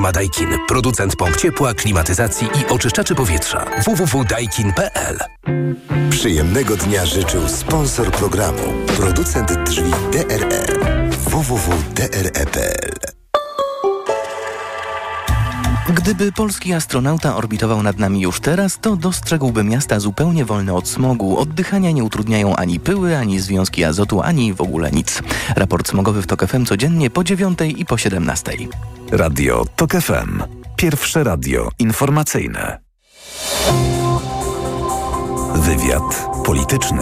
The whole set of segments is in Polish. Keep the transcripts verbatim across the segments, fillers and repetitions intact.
Firma Daikin. Producent pomp ciepła, klimatyzacji i oczyszczaczy powietrza. w w w kropka daikin kropka p l. Przyjemnego dnia życzył sponsor programu. Producent drzwi D R E. w w w kropka d r e kropka p l. Gdyby polski astronauta orbitował nad nami już teraz, to dostrzegłby miasta zupełnie wolne od smogu. Oddychania nie utrudniają ani pyły, ani związki azotu, ani w ogóle nic. Raport smogowy w Tok F M codziennie po dziewiątej i po siedemnastej. Radio Tok F M. Pierwsze radio informacyjne. Wywiad polityczny.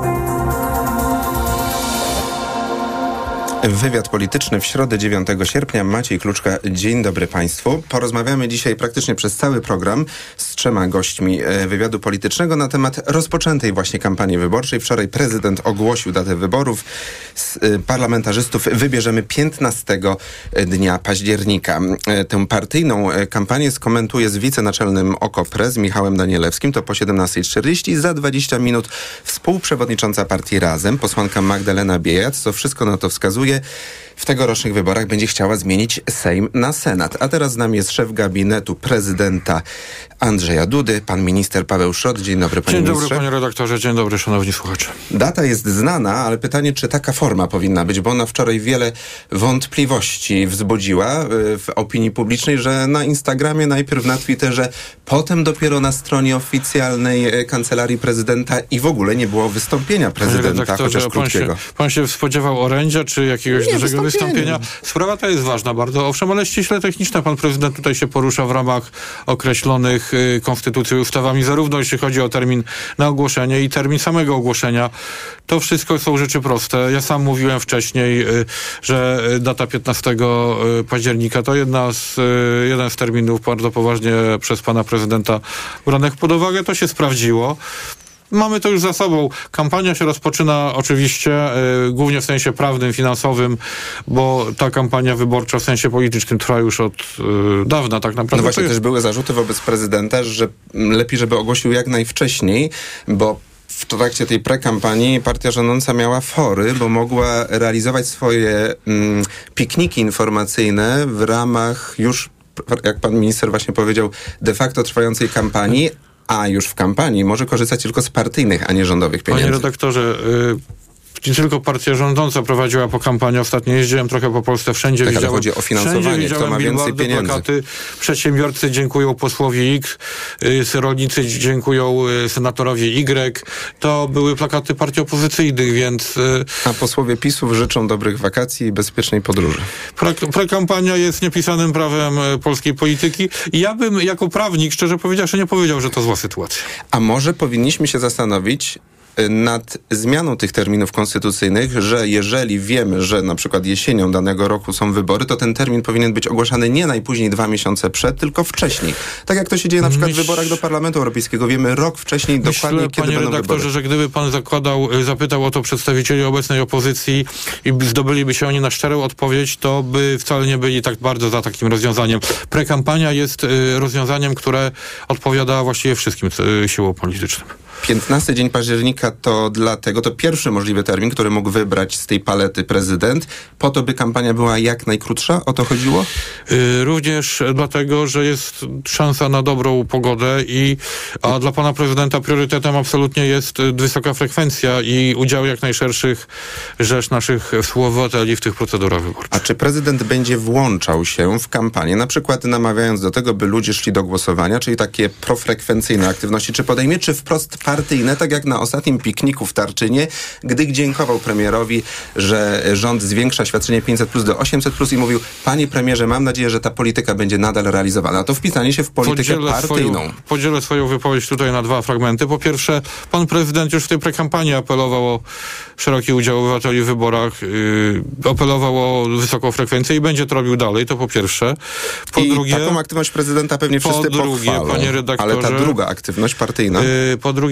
Wywiad polityczny w środę dziewiątego sierpnia. Maciej Kluczka, dzień dobry Państwu. Porozmawiamy dzisiaj praktycznie przez cały program z trzema gośćmi wywiadu politycznego na temat rozpoczętej właśnie kampanii wyborczej. Wczoraj prezydent ogłosił datę wyborów. Z parlamentarzystów wybierzemy piętnastego dnia października. Tę partyjną kampanię skomentuje z wicenaczelnym O K O P R E z Michałem Danielewskim. To po siedemnastej czterdzieści. Za dwadzieścia minut współprzewodnicząca partii Razem, posłanka Magdalena Biejat. Co wszystko na to wskazuje. W tegorocznych wyborach będzie chciała zmienić Sejm na Senat. A teraz z nami jest szef gabinetu prezydenta Andrzeja Dudy, pan minister Paweł Szrot. Dzień dobry, panie ministrze. Dzień dobry, panie redaktorze. Dzień dobry, szanowni słuchacze. Data jest znana, ale pytanie, czy taka forma powinna być, bo ona wczoraj wiele wątpliwości wzbudziła w opinii publicznej, że na Instagramie, najpierw na Twitterze, potem dopiero na stronie oficjalnej Kancelarii Prezydenta i w ogóle nie było wystąpienia prezydenta, chociaż krótkiego. Pan się, pan się spodziewał orędzia, czy jakiegoś nie, dużego wystąpienia? Sprawa ta jest ważna bardzo, owszem, ale ściśle techniczna. Pan prezydent tutaj się porusza w ramach określonych y, konstytucją i ustawami, zarówno jeśli chodzi o termin na ogłoszenie i termin samego ogłoszenia. To wszystko są rzeczy proste. Ja sam mówiłem wcześniej, y, że data piętnastego października to jedna z, y, jeden z terminów bardzo poważnie przez pana prezydenta branych pod uwagę. To się sprawdziło. Mamy to już za sobą. Kampania się rozpoczyna oczywiście y, głównie w sensie prawnym, finansowym, bo ta kampania wyborcza w sensie politycznym trwa już od y, dawna tak naprawdę. No właśnie, jest... też były zarzuty wobec prezydenta, że lepiej, żeby ogłosił jak najwcześniej, bo w trakcie tej prekampanii partia rządząca miała fory, bo mogła realizować swoje mm, pikniki informacyjne w ramach już, jak pan minister właśnie powiedział, de facto trwającej kampanii, a już w kampanii może korzystać tylko z partyjnych, a nie rządowych pieniędzy. Panie redaktorze, y- nie tylko partia rządząca prowadziła po kampanii. Ostatnio jeździłem trochę po Polsce, wszędzie tak, widziałem... ale chodzi o finansowanie, kto ma więcej pieniędzy. Plakaty. Przedsiębiorcy dziękują posłowi X, y, rolnicy dziękują y, senatorowi Y. To były plakaty partii opozycyjnych, więc... Y, a posłowie PiS-u życzą dobrych wakacji i bezpiecznej podróży. Pre, prekampania jest niepisanym prawem y, polskiej polityki i ja bym jako prawnik, szczerze powiedziawszy, nie powiedział, że to zła sytuacja. A może powinniśmy się zastanowić nad zmianą tych terminów konstytucyjnych, że jeżeli wiemy, że na przykład jesienią danego roku są wybory, to ten termin powinien być ogłaszany nie najpóźniej dwa miesiące przed, tylko wcześniej. Tak jak to się dzieje na przykład Myśl... w wyborach do Parlamentu Europejskiego. Wiemy rok wcześniej Myślę, dokładnie, kiedy będą wybory. Panie redaktorze, że gdyby pan zakładał, zapytał o to przedstawicieli obecnej opozycji i zdobyliby się oni na szczerą odpowiedź, to by wcale nie byli tak bardzo za takim rozwiązaniem. Prekampania jest y, rozwiązaniem, które odpowiada właściwie wszystkim y, siłom politycznym. piętnasty dzień października to dlatego, to pierwszy możliwy termin, który mógł wybrać z tej palety prezydent, po to, by kampania była jak najkrótsza? O to chodziło? Yy, również dlatego, że jest szansa na dobrą pogodę i a dla pana prezydenta priorytetem absolutnie jest wysoka frekwencja i udział jak najszerszych rzesz naszych współobywateli w tych procedurach wyborczych. A czy prezydent będzie włączał się w kampanię, na przykład namawiając do tego, by ludzie szli do głosowania, czyli takie profrekwencyjne aktywności, czy podejmie, czy wprost partyjne, tak jak na ostatnim pikniku w Tarczynie, gdy dziękował premierowi, że rząd zwiększa świadczenie pięćset plus do osiemset plus i mówił: panie premierze, mam nadzieję, że ta polityka będzie nadal realizowana. To wpisanie się w politykę podzielę partyjną. Swoją, podzielę swoją wypowiedź tutaj na dwa fragmenty. Po pierwsze, pan prezydent już w tej prekampanii apelował o szeroki udział obywateli w wyborach, yy, apelował o wysoką frekwencję i będzie to robił dalej, to po pierwsze. Po I drugie, taką aktywność prezydenta pewnie wszyscy po drugie, pochwalą, panie redaktorze, ale ta druga aktywność partyjna? Yy, po drugie,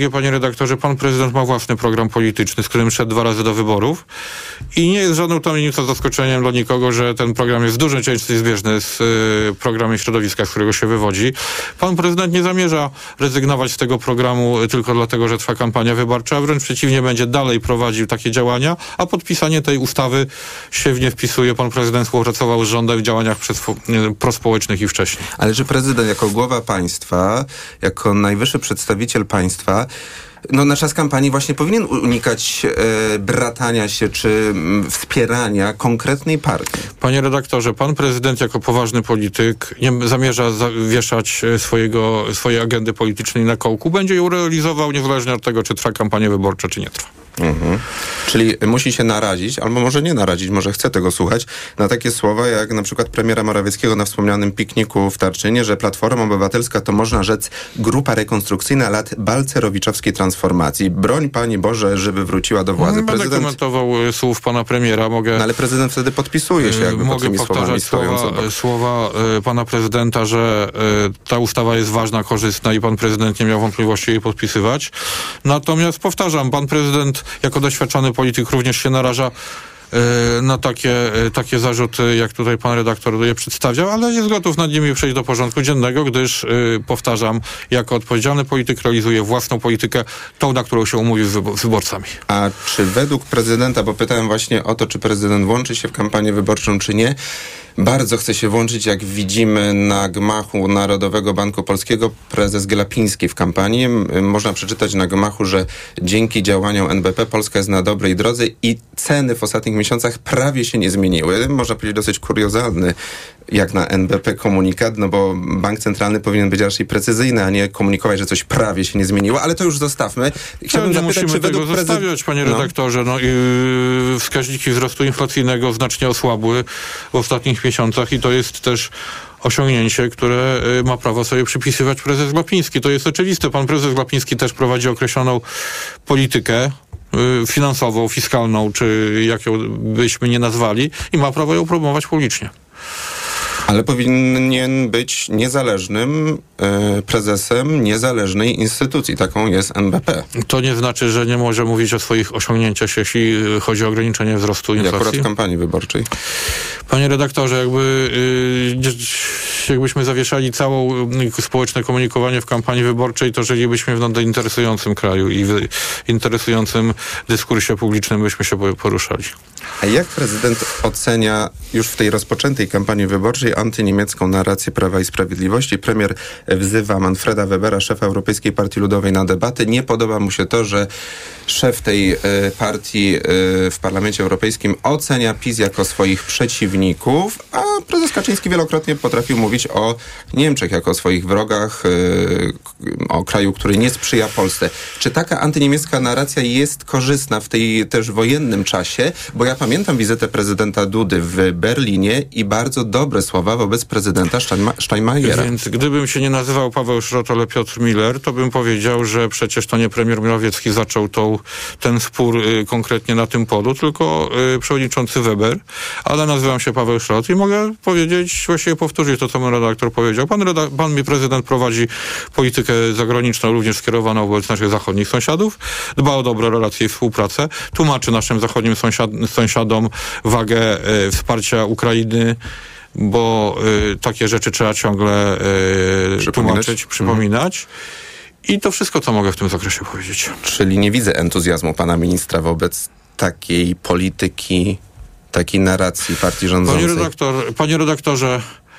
drugie, panie redaktorze, pan prezydent ma własny program polityczny, z którym szedł dwa razy do wyborów i nie jest żadną tajemnicą, zaskoczeniem dla nikogo, że ten program jest w dużej części zbieżny z y, programem środowiska, z którego się wywodzi. Pan prezydent nie zamierza rezygnować z tego programu tylko dlatego, że trwa kampania wyborcza, a wręcz przeciwnie, będzie dalej prowadził takie działania, a podpisanie tej ustawy się w nie wpisuje. Pan prezydent współpracował z rządem w działaniach prospołecznych i wcześniej. Ale czy prezydent jako głowa państwa, jako najwyższy przedstawiciel państwa, no na czas kampanii właśnie powinien unikać e, bratania się czy m, wspierania konkretnej partii? Panie redaktorze, pan prezydent jako poważny polityk nie zamierza wieszać swojego, swojej agendy politycznej na kołku. Będzie ją realizował niezależnie od tego, czy trwa kampania wyborcza, czy nie trwa. Mhm. Czyli musi się narazić, albo może nie narazić, może chce tego słuchać, na takie słowa jak na przykład premiera Morawieckiego na wspomnianym pikniku w Tarczynie, że Platforma Obywatelska to można rzec grupa rekonstrukcyjna lat balcerowiczowskiej transformacji. Broń Pani Boże, żeby wróciła do władzy. Będę prezydent... komentował słów pana premiera. Mogę, no ale prezydent wtedy podpisuje się jakby pod tymi słowami stojąc obok. Słowa y, pana prezydenta, że y, ta ustawa jest ważna, korzystna i pan prezydent nie miał wątpliwości jej podpisywać. Natomiast powtarzam, pan prezydent jako doświadczony polityk również się naraża y, na takie, y, takie zarzuty, jak tutaj pan redaktor je przedstawiał, ale jest gotów nad nimi przejść do porządku dziennego, gdyż, y, powtarzam, jako odpowiedzialny polityk realizuje własną politykę, tą, na którą się umówił z wyborcami. A czy według prezydenta, bo pytałem właśnie o to, czy prezydent włączy się w kampanię wyborczą, czy nie, bardzo chce się włączyć, jak widzimy na gmachu Narodowego Banku Polskiego, prezes Glapiński w kampanii. Można przeczytać na gmachu, że dzięki działaniom N B P Polska jest na dobrej drodze i ceny w ostatnich miesiącach prawie się nie zmieniły. Można powiedzieć dosyć kuriozalny jak na N B P komunikat, no bo bank centralny powinien być raczej precyzyjny, a nie komunikować, że coś prawie się nie zmieniło, ale to już zostawmy. Chciałbym nie zapytać, musimy czy tego prezyd... zostawiać, panie no. redaktorze. No, yy, wskaźniki wzrostu inflacyjnego znacznie osłabły w ostatnich miesiącach i to jest też osiągnięcie, które y, ma prawo sobie przypisywać prezes Glapiński. To jest oczywiste. Pan prezes Glapiński też prowadzi określoną politykę y, finansową, fiskalną, czy jak ją byśmy nie nazwali i ma prawo ją promować publicznie. Ale powinien być niezależnym e, prezesem niezależnej instytucji. Taką jest N B P. To nie znaczy, że nie może mówić o swoich osiągnięciach, jeśli chodzi o ograniczenie wzrostu inflacji. Akurat w kampanii wyborczej. Panie redaktorze, jakby yy, jakbyśmy zawieszali całą yy, społeczne komunikowanie w kampanii wyborczej, to żylibyśmy w nadinteresującym kraju i w interesującym dyskursie publicznym byśmy się poruszali. A jak prezydent ocenia już w tej rozpoczętej kampanii wyborczej antyniemiecką narrację Prawa i Sprawiedliwości? Premier wzywa Manfreda Webera, szefa Europejskiej Partii Ludowej, na debatę. Nie podoba mu się to, że szef tej y, partii y, w Parlamencie Europejskim ocenia PiS jako swoich przeciwników, a prezes Kaczyński wielokrotnie potrafił mówić o Niemczech jako o swoich wrogach, y, o kraju, który nie sprzyja Polsce. Czy taka antyniemiecka narracja jest korzystna w tej też wojennym czasie? Bo ja pamiętam wizytę prezydenta Dudy w Berlinie i bardzo dobre słowa wobec prezydenta Steinmeiera. Więc gdybym się nie nazywał Paweł Szrot, ale Piotr Miller, to bym powiedział, że przecież to nie premier Morawiecki zaczął tą, ten spór y, konkretnie na tym polu, tylko y, przewodniczący Weber, ale nazywam się Paweł Szrot i mogę powiedzieć, właściwie powtórzyć to, co mój redaktor powiedział. Pan, reda- pan mi prezydent prowadzi politykę zagraniczną, również skierowaną wobec naszych zachodnich sąsiadów, dba o dobre relacje i współpracę, tłumaczy naszym zachodnim sąsiad- sąsiadom wagę y, wsparcia Ukrainy, bo y, takie rzeczy trzeba ciągle y, tłumaczyć, przypominać. Hmm. I to wszystko, co mogę w tym zakresie powiedzieć. Czyli nie widzę entuzjazmu pana ministra wobec takiej polityki, takiej narracji partii rządzącej. Panie redaktor, panie redaktorze,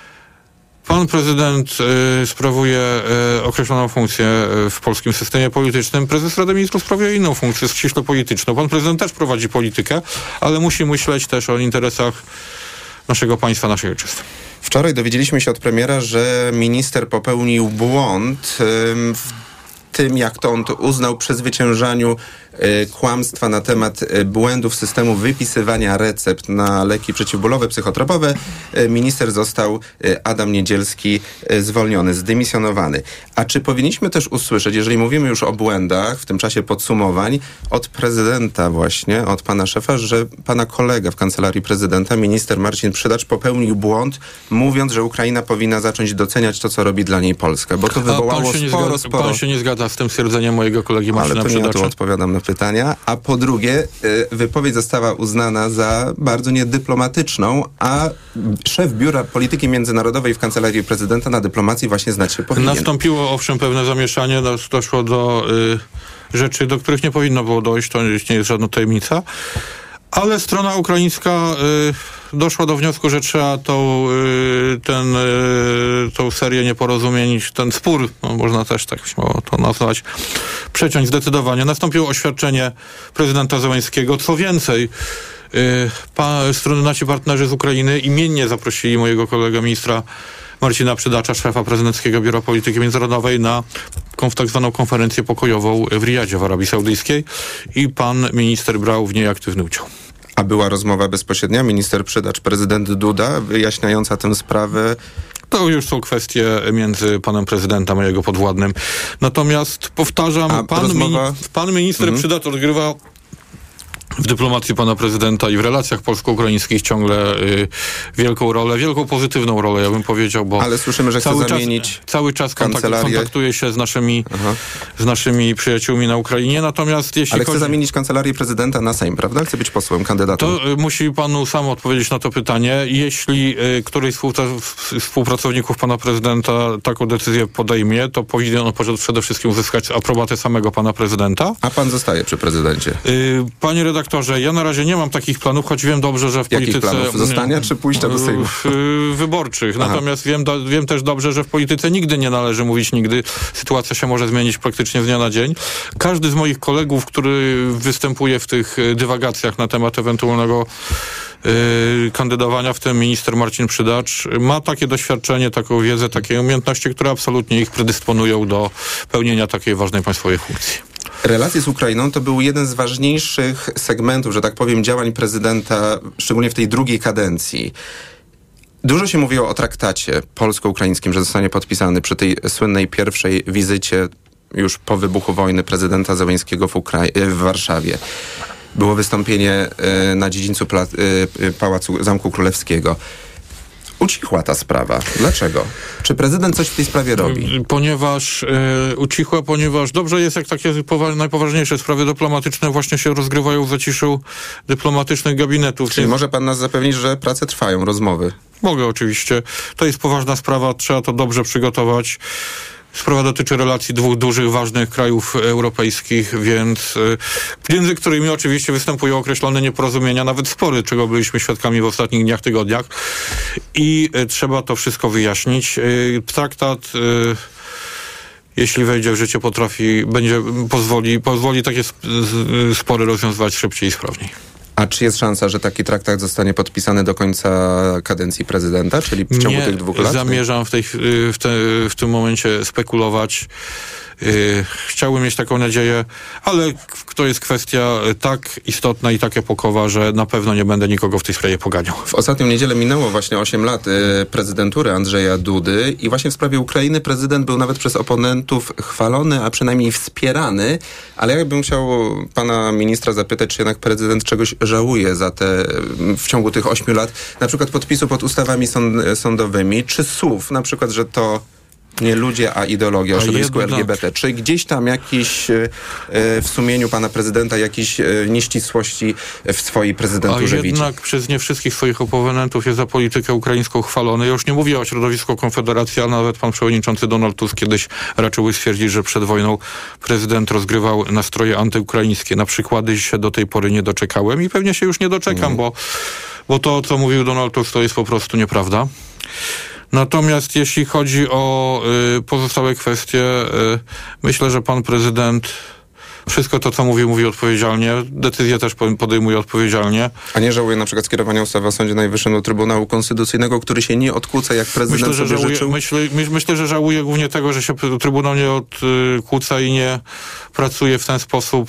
pan prezydent y, sprawuje y, określoną funkcję y, w polskim systemie politycznym. Prezes Rady Ministrów sprawuje inną funkcję, ściśle polityczną. Pan prezydent też prowadzi politykę, ale musi myśleć też o interesach naszego państwa, naszej ojczyzny. Wczoraj dowiedzieliśmy się od premiera, że minister popełnił błąd y, w tym, jak to on to uznał, przezwyciężaniu y, kłamstwa na temat y, błędów systemu wypisywania recept na leki przeciwbólowe, psychotropowe, y, minister został, y, Adam Niedzielski, y, zwolniony, zdymisjonowany. A czy powinniśmy też usłyszeć, jeżeli mówimy już o błędach w tym czasie podsumowań, od prezydenta właśnie, od pana szefa, że pana kolega w kancelarii prezydenta, minister Marcin Przydacz, popełnił błąd, mówiąc, że Ukraina powinna zacząć doceniać to, co robi dla niej Polska, bo to wywołało sporo, zgadza, sporo... Pan się nie zgadza z tym stwierdzeniem mojego kolegi Marcina Ale to Przydacza? nie ja tu odpowiadam na pytania. A po drugie, y, wypowiedź została uznana za bardzo niedyplomatyczną, a szef Biura Polityki Międzynarodowej w kancelarii prezydenta na dyplomacji właśnie znać się powinien. Nastąpiło owszem pewne zamieszanie, doszło do y, rzeczy, do których nie powinno było dojść, to nie jest żadna tajemnica, ale strona ukraińska y, doszła do wniosku, że trzeba tą, y, ten, y, tą serię nieporozumień, ten spór, no, można też tak śmiało to nazwać, przeciąć zdecydowanie. Nastąpiło oświadczenie prezydenta Zełenskiego. Co więcej, y, pa, strony nasi partnerzy z Ukrainy imiennie zaprosili mojego kolegę ministra Marcina Przydacza, szefa prezydenckiego Biura Polityki Międzynarodowej, na konf- tak zwaną konferencję pokojową w Riyadzie w Arabii Saudyjskiej i pan minister brał w niej aktywny udział. A była rozmowa bezpośrednia? Minister Przydacz, prezydent Duda, wyjaśniająca tę sprawę? To już są kwestie między panem prezydentem a jego podwładnym. Natomiast powtarzam, A pan, rozmowa... mi- pan minister mm. Przydacz odgrywa w dyplomacji pana prezydenta i w relacjach polsko-ukraińskich ciągle y, wielką rolę, wielką pozytywną rolę, ja bym powiedział, bo ale słyszymy, że chce zamienić czas, cały czas kontakt, kancelarię. kontaktuje się z naszymi, z naszymi przyjaciółmi na Ukrainie, natomiast jeśli Ale chodzi... chce zamienić kancelarię prezydenta na Sejm, prawda? Chce być posłem, kandydatem. To y, musi panu sam odpowiedzieć na to pytanie. Jeśli y, któryś z współpracowników pana prezydenta taką decyzję podejmie, to powinien on przede wszystkim uzyskać aprobatę samego pana prezydenta. A pan zostaje przy prezydencie? Y, panie redaktorze, ja na razie nie mam takich planów, choć wiem dobrze, że w Jakich polityce... planów? Zostania czy pójścia do Sejmu? Wyborczych. Aha. Natomiast wiem, do, wiem też dobrze, że w polityce nigdy nie należy mówić nigdy. Sytuacja się może zmienić praktycznie z dnia na dzień. Każdy z moich kolegów, który występuje w tych dywagacjach na temat ewentualnego Yy, kandydowania, w tym minister Marcin Przydacz, ma takie doświadczenie, taką wiedzę, takie umiejętności, które absolutnie ich predysponują do pełnienia takiej ważnej państwowej funkcji. Relacje z Ukrainą to był jeden z ważniejszych segmentów, że tak powiem, działań prezydenta, szczególnie w tej drugiej kadencji. Dużo się mówiło o traktacie polsko-ukraińskim, że zostanie podpisany przy tej słynnej pierwszej wizycie już po wybuchu wojny prezydenta Zełenskiego w, Ukra- w Warszawie. Było wystąpienie y, na dziedzińcu pla- y, Pałacu Zamku Królewskiego. Ucichła ta sprawa. Dlaczego? Czy prezydent coś w tej sprawie robi? Ponieważ e, ucichła, ponieważ dobrze jest, jak takie powa- najpoważniejsze sprawy dyplomatyczne właśnie się rozgrywają w zaciszu dyplomatycznych gabinetów. Czyli może pan nas zapewnić, że prace trwają, rozmowy? Mogę oczywiście. To jest poważna sprawa, trzeba to dobrze przygotować. Sprawa dotyczy relacji dwóch dużych, ważnych krajów europejskich, więc y, między którymi oczywiście występują określone nieporozumienia, nawet spory, czego byliśmy świadkami w ostatnich dniach, tygodniach. I y, trzeba to wszystko wyjaśnić. Y, traktat, y, jeśli wejdzie w życie, potrafi, będzie, pozwoli, pozwoli takie sp- spory rozwiązywać szybciej i sprawniej. A czy jest szansa, że taki traktat zostanie podpisany do końca kadencji prezydenta, czyli w ciągu nie tych dwóch lat? Nie zamierzam w, tej, w, te, w tym momencie spekulować. Yy, chciałbym mieć taką nadzieję, ale to jest kwestia tak istotna i tak epokowa, że na pewno nie będę nikogo w tej sprawie poganiał. W ostatnią niedzielę minęło właśnie osiem lat y, prezydentury Andrzeja Dudy i właśnie w sprawie Ukrainy prezydent był nawet przez oponentów chwalony, a przynajmniej wspierany, ale ja bym chciał pana ministra zapytać, czy jednak prezydent czegoś żałuje za te, w ciągu tych ośmiu lat, na przykład podpisu pod ustawami sąd, sądowymi, czy słów, na przykład, że to nie ludzie, a ideologia o środowisku L G B T. Czy gdzieś tam jakiś e, w sumieniu pana prezydenta jakieś e, nieścisłości w swojej prezydenturze widzi? A jednak widzi? Przez nie wszystkich swoich oponentów jest za politykę ukraińską chwalony. Ja już nie mówię o środowisku Konfederacji, a nawet pan przewodniczący Donald Tusk kiedyś raczył stwierdzić, że przed wojną prezydent rozgrywał nastroje antyukraińskie. Na przykłady się do tej pory nie doczekałem i pewnie się już nie doczekam, mm. bo, bo to, co mówił Donald Tusk, to jest po prostu nieprawda. Natomiast jeśli chodzi o y, pozostałe kwestie, y, myślę, że pan prezydent Wszystko to, co mówi, mówi odpowiedzialnie. Decyzje też podejmuje odpowiedzialnie. A nie żałuje na przykład skierowania ustawy o Sądzie Najwyższym do Trybunału Konstytucyjnego, który się nie odkłuca, jak prezydent myślę, że sobie żałuje, życzył? Myślę, my, myślę, że żałuje głównie tego, że się Trybunał nie odkłóca i nie pracuje w ten sposób,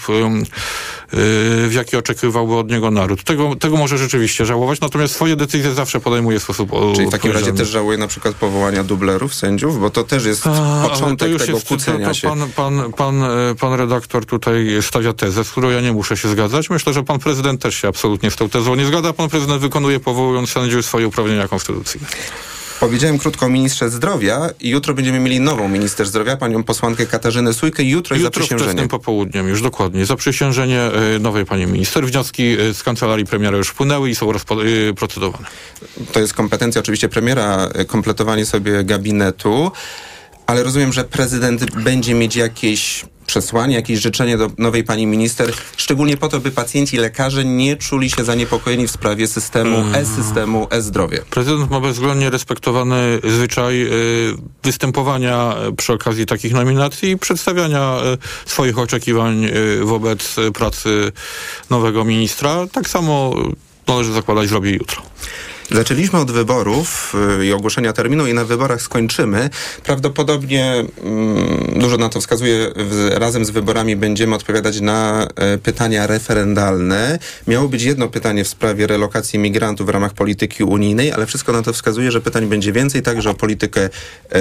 w jaki oczekiwałby od niego naród. Tego, tego może rzeczywiście żałować, natomiast swoje decyzje zawsze podejmuje w sposób Czyli w takim razie też żałuje na przykład powołania dublerów sędziów, bo to też jest A, początek tego jest, kłócenia to, to się. Pan, pan, pan, pan redaktor tutaj stawia tezę, z którą ja nie muszę się zgadzać. Myślę, że pan prezydent też się absolutnie z tą tezą nie zgadza. Pan prezydent wykonuje, powołując sędziów, swoje uprawnienia konstytucyjne. Powiedziałem krótko o ministrze zdrowia i jutro będziemy mieli nową minister zdrowia, panią posłankę Katarzynę Sójkę. Jutro jest jutro zaprzysiężenie. Jutro wczesnym popołudniem, już dokładnie. Zaprzysiężenie y, nowej pani minister. Wnioski y, z kancelarii premiera już wpłynęły i są rozpo- y, procedowane. To jest kompetencja oczywiście premiera, kompletowanie sobie gabinetu, ale rozumiem, że prezydent będzie mieć jakieś przesłanie, jakieś życzenie do nowej pani minister, szczególnie po to, by pacjenci i lekarze nie czuli się zaniepokojeni w sprawie systemu hmm. e-systemu e-zdrowie. Prezydent ma bezwzględnie respektowany zwyczaj y, występowania przy okazji takich nominacji i przedstawiania y, swoich oczekiwań y, wobec pracy nowego ministra. Tak samo należy zakładać, zrobi jutro. Zaczęliśmy od wyborów y, i ogłoszenia terminu i na wyborach skończymy. Prawdopodobnie y, dużo na to wskazuje, w, razem z wyborami będziemy odpowiadać na y, pytania referendalne. Miało być jedno pytanie w sprawie relokacji migrantów w ramach polityki unijnej, ale wszystko na to wskazuje, że pytań będzie więcej, także o politykę y,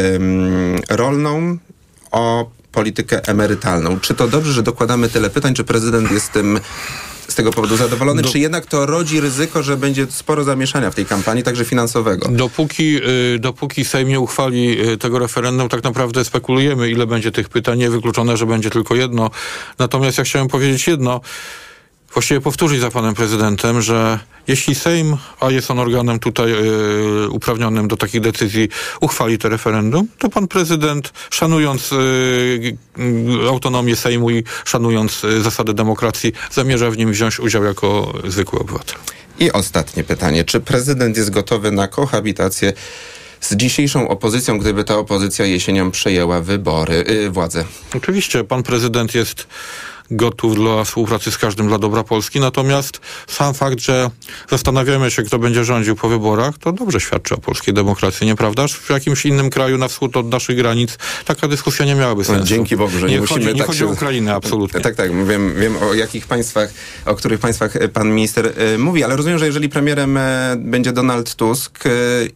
rolną, o politykę emerytalną. Czy to dobrze, że dokładamy tyle pytań, czy prezydent jest tym z tego powodu zadowolony, Do... czy jednak to rodzi ryzyko, że będzie sporo zamieszania w tej kampanii, także finansowego? Dopóki, y, dopóki Sejm nie uchwali y, tego referendum, tak naprawdę spekulujemy, ile będzie tych pytań. Niewykluczone, że będzie tylko jedno. Natomiast ja chciałem powiedzieć jedno, właściwie powtórzyć za panem prezydentem, że jeśli Sejm, a jest on organem tutaj y, uprawnionym do takich decyzji, uchwali to referendum, to pan prezydent, szanując y, y, autonomię Sejmu i szanując y, zasady demokracji, zamierza w nim wziąć udział jako zwykły obywatel. I ostatnie pytanie. Czy prezydent jest gotowy na kohabitację z dzisiejszą opozycją, gdyby ta opozycja jesienią przejęła wybory, yy, władzę? Oczywiście, pan prezydent jest gotów dla współpracy z każdym dla dobra Polski, natomiast sam fakt, że zastanawiamy się, kto będzie rządził po wyborach, to dobrze świadczy o polskiej demokracji, nieprawdaż? W jakimś innym kraju na wschód od naszych granic taka dyskusja nie miałaby sensu. No, dzięki Bogu, że nie, nie musimy chodzi, nie tak chodzi się... o Ukrainę, absolutnie. Tak, tak, wiem, wiem o jakich państwach, o których państwach pan minister y, mówi, ale rozumiem, że jeżeli premierem y, będzie Donald Tusk y,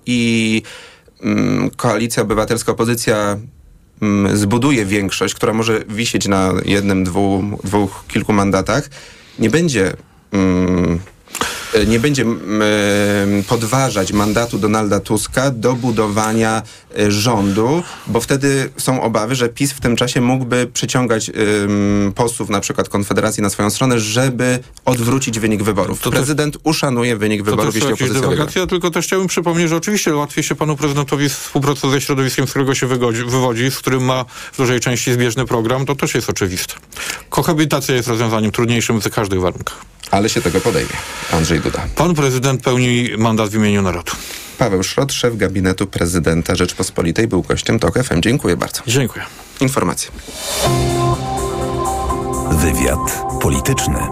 i y, Koalicja Obywatelska, opozycja zbuduje większość, która może wisieć na jednym, dwóch, dwóch kilku mandatach, nie będzie mm, nie będzie mm, podważać mandatu Donalda Tuska do budowania y, rządu, bo wtedy są obawy, że PiS w tym czasie mógłby przyciągać y, posłów na przykład Konfederacji na swoją stronę, żeby odwrócić wynik wyborów. To Prezydent to, uszanuje wynik wyborów, jeśli opozycja wygra. Ja tylko też chciałbym przypomnieć, że oczywiście łatwiej się panu prezydentowi współpracować ze środowiskiem, z którego się wygodzi, wywodzi, z którym ma w dużej części zbieżny program, to też jest oczywiste. Kohabitacja jest rozwiązaniem trudniejszym w każdych warunkach. Ale się tego podejmie. Andrzej Duda. Pan prezydent pełni mandat w imieniu narodu. Paweł Szrot, szef gabinetu prezydenta Rzeczpospolitej, był gościem TOK F M. Dziękuję bardzo. Dziękuję. Informacje. Wywiad polityczny.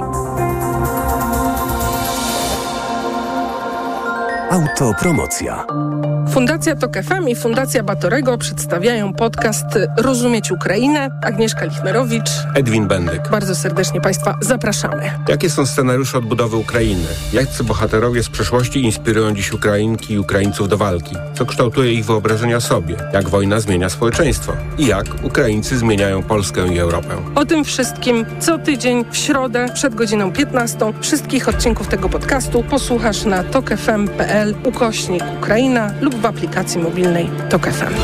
Autopromocja. Fundacja TOK F M i Fundacja Batorego przedstawiają podcast Rozumieć Ukrainę. Agnieszka Lichnerowicz. Edwin Bendyk. Bardzo serdecznie Państwa zapraszamy. Jakie są scenariusze odbudowy Ukrainy? Jacy bohaterowie z przeszłości inspirują dziś Ukrainki i Ukraińców do walki? Co kształtuje ich wyobrażenia sobie? Jak wojna zmienia społeczeństwo? I jak Ukraińcy zmieniają Polskę i Europę? O tym wszystkim co tydzień w środę przed godziną piętnastą. Wszystkich odcinków tego podcastu posłuchasz na tokfm.pl ukośnik Ukraina lub w aplikacji mobilnej TOK F M.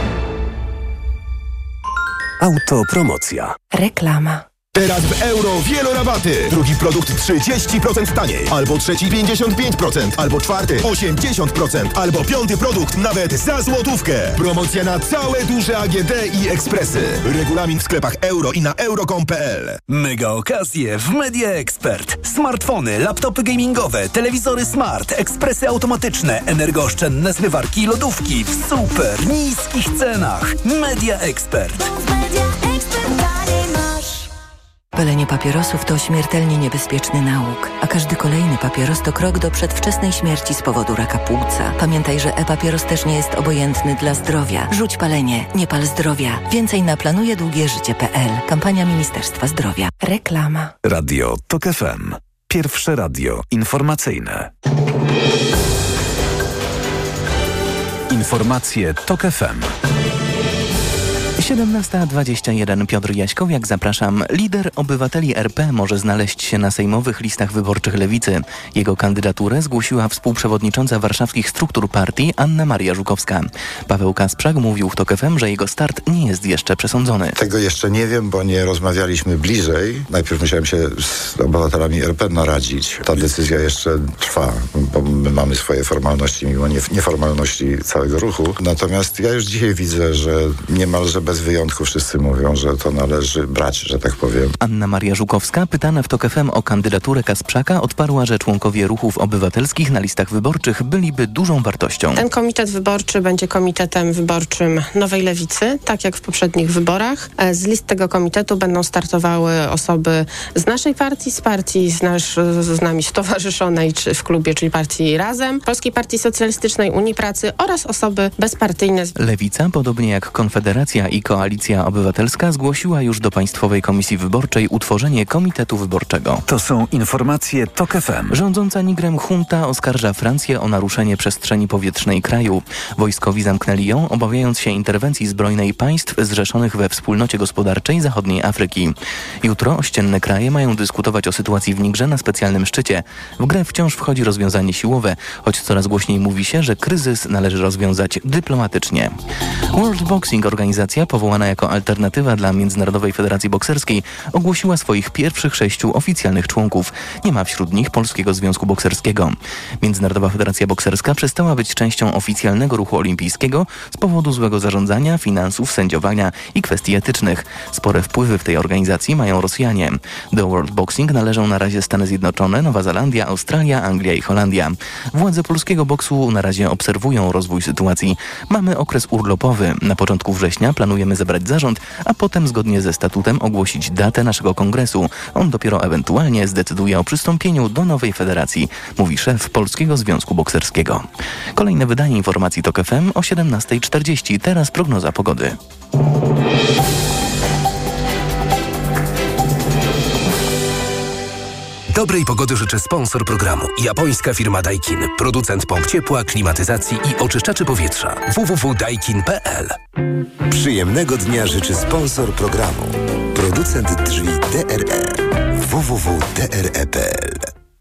Autopromocja. Reklama. Teraz w euro wielorabaty. Drugi produkt trzydzieści procent taniej. Albo trzeci pięćdziesiąt pięć procent. Albo czwarty osiemdziesiąt procent. Albo piąty produkt nawet za złotówkę. Promocja na całe duże A G D i ekspresy. Regulamin w sklepach euro i na euro kropka com kropka p l. Mega okazje w Media Expert. Smartfony, laptopy gamingowe, telewizory smart, ekspresy automatyczne, energooszczędne zmywarki i lodówki w super niskich cenach. Media Expert. Palenie papierosów to śmiertelnie niebezpieczny nałóg, a każdy kolejny papieros to krok do przedwczesnej śmierci z powodu raka płuca. Pamiętaj, że e-papieros też nie jest obojętny dla zdrowia. Rzuć palenie, nie pal zdrowia. Więcej na planuje długie życie kropka pe el. Kampania Ministerstwa Zdrowia. Reklama. Radio TOK F M. Pierwsze radio informacyjne. Informacje TOK F M. siedemnasta dwadzieścia jeden. Piotr Jaśkowiak, zapraszam. Lider Obywateli R P może znaleźć się na sejmowych listach wyborczych Lewicy. Jego kandydaturę zgłosiła współprzewodnicząca warszawskich struktur partii Anna Maria Żukowska. Paweł Kasprzak mówił w TOK F M, że jego start nie jest jeszcze przesądzony. Tego jeszcze nie wiem, bo nie rozmawialiśmy bliżej. Najpierw musiałem się z obywatelami R P naradzić. Ta decyzja jeszcze trwa, bo my mamy swoje formalności, mimo nieformalności całego ruchu. Natomiast ja już dzisiaj widzę, że niemalże bez wyjątku wszyscy mówią, że to należy brać, że tak powiem. Anna Maria Żukowska, pytana w TOK F M o kandydaturę Kasprzaka, odparła, że członkowie ruchów obywatelskich na listach wyborczych byliby dużą wartością. Ten komitet wyborczy będzie komitetem wyborczym Nowej Lewicy, tak jak w poprzednich wyborach. Z list tego komitetu będą startowały osoby z naszej partii, z partii z, nasz, z nami stowarzyszonej czy w klubie, czyli partii Razem, Polskiej Partii Socjalistycznej, Unii Pracy oraz osoby bezpartyjne. Lewica, podobnie jak Konfederacja i Koalicja Obywatelska, zgłosiła już do Państwowej Komisji Wyborczej utworzenie Komitetu Wyborczego. To są informacje TOK F M. Rządząca Nigrem junta oskarża Francję o naruszenie przestrzeni powietrznej kraju. Wojskowi zamknęli ją, obawiając się interwencji zbrojnej państw zrzeszonych we Wspólnocie Gospodarczej Zachodniej Afryki. Jutro ościenne kraje mają dyskutować o sytuacji w Nigrze na specjalnym szczycie. W grę wciąż wchodzi rozwiązanie siłowe, choć coraz głośniej mówi się, że kryzys należy rozwiązać dyplomatycznie. World Boxing, organizacja powołana jako alternatywa dla Międzynarodowej Federacji Bokserskiej, ogłosiła swoich pierwszych sześciu oficjalnych członków. Nie ma wśród nich Polskiego Związku Bokserskiego. Międzynarodowa Federacja Bokserska przestała być częścią oficjalnego ruchu olimpijskiego z powodu złego zarządzania, finansów, sędziowania i kwestii etycznych. Spore wpływy w tej organizacji mają Rosjanie. Do World Boxing należą na razie Stany Zjednoczone, Nowa Zelandia, Australia, Anglia i Holandia. Władze polskiego boksu na razie obserwują rozwój sytuacji. Mamy okres urlopowy. Na początku września planujemy zebrać zarząd, a potem zgodnie ze statutem ogłosić datę naszego kongresu. On dopiero ewentualnie zdecyduje o przystąpieniu do nowej federacji, mówi szef Polskiego Związku Bokserskiego. Kolejne wydanie informacji TOK F M o siedemnasta czterdzieści. Teraz prognoza pogody. Dobrej pogody życzy sponsor programu. Japońska firma Daikin. Producent pomp ciepła, klimatyzacji i oczyszczaczy powietrza. w w w kropka daikin kropka p l. Przyjemnego dnia życzy sponsor programu. Producent drzwi D R E. w w w kropka d r e kropka p l.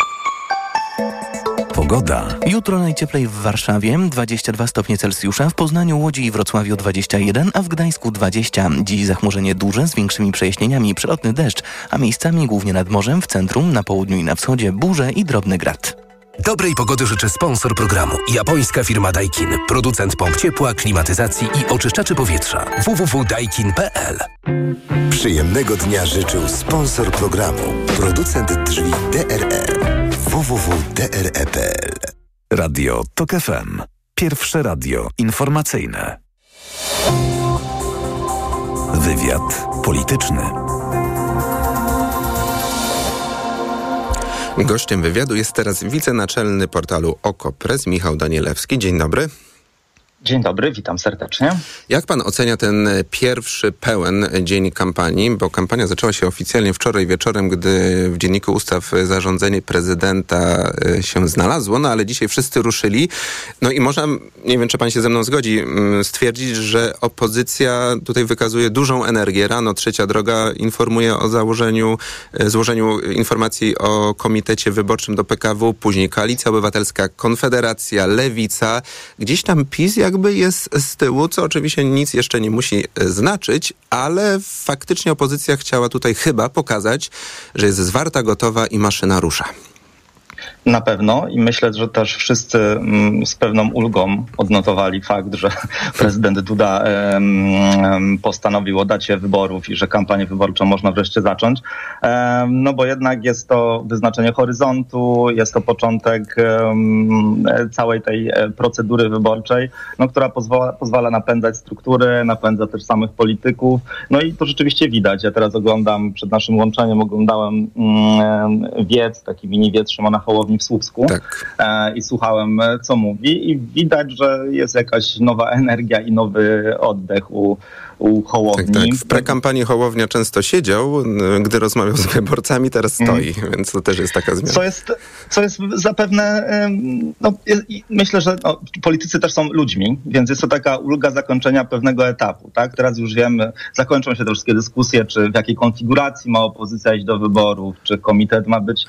Pogoda. Jutro najcieplej w Warszawie, dwadzieścia dwa stopnie Celsjusza, w Poznaniu, Łodzi i Wrocławiu dwadzieścia jeden, a w Gdańsku dwadzieścia. Dziś zachmurzenie duże z większymi przejaśnieniami, przelotny deszcz, a miejscami głównie nad morzem, w centrum, na południu i na wschodzie burze i drobny grad. Dobrej pogody życzy sponsor programu. Japońska firma Daikin. Producent pomp ciepła, klimatyzacji i oczyszczaczy powietrza. w w w kropka daikin kropka p l. Przyjemnego dnia życzył sponsor programu. Producent drzwi D R E. w w w kropka d r e kropka p l. Radio TOK F M. Pierwsze radio informacyjne. Wywiad polityczny. Gościem wywiadu jest teraz wicenaczelny portalu OKO.press Michał Danielewski. Dzień dobry. Dzień dobry, witam serdecznie. Jak pan ocenia ten pierwszy pełen dzień kampanii? Bo kampania zaczęła się oficjalnie wczoraj wieczorem, gdy w Dzienniku Ustaw zarządzenie prezydenta się znalazło, no ale dzisiaj wszyscy ruszyli. No i można, nie wiem czy pan się ze mną zgodzi, stwierdzić, że opozycja tutaj wykazuje dużą energię. Rano Trzecia Droga informuje o założeniu, złożeniu informacji o komitecie wyborczym do P K W, później Koalicja Obywatelska, Konfederacja, Lewica. Gdzieś tam PiS jak jakby jest z tyłu, co oczywiście nic jeszcze nie musi znaczyć, ale faktycznie opozycja chciała tutaj chyba pokazać, że jest zwarta, gotowa i maszyna rusza. Na pewno i myślę, że też wszyscy mm, z pewną ulgą odnotowali fakt, że prezydent Duda em, postanowił o dacie wyborów i że kampanię wyborczą można wreszcie zacząć. Em, no bo jednak jest to wyznaczenie horyzontu, jest to początek em, całej tej procedury wyborczej, no, która pozwala, pozwala napędzać struktury, napędza też samych polityków. No i to rzeczywiście widać. Ja teraz oglądam, przed naszym łączeniem oglądałem mm, wiec, taki mini wiec Szymona Hołowni w Słupsku tak. e, i słuchałem, co mówi i widać, że jest jakaś nowa energia i nowy oddech u, u Hołowni. Tak, tak. W prekampanii Hołownia często siedział, gdy rozmawiał z wyborcami, teraz stoi, mm. więc to też jest taka zmiana. Co jest, co jest zapewne, no, jest, myślę, że no, politycy też są ludźmi, więc jest to taka ulga zakończenia pewnego etapu. Tak? Teraz już wiemy, zakończą się te wszystkie dyskusje, czy w jakiej konfiguracji ma opozycja iść do wyborów, czy komitet ma być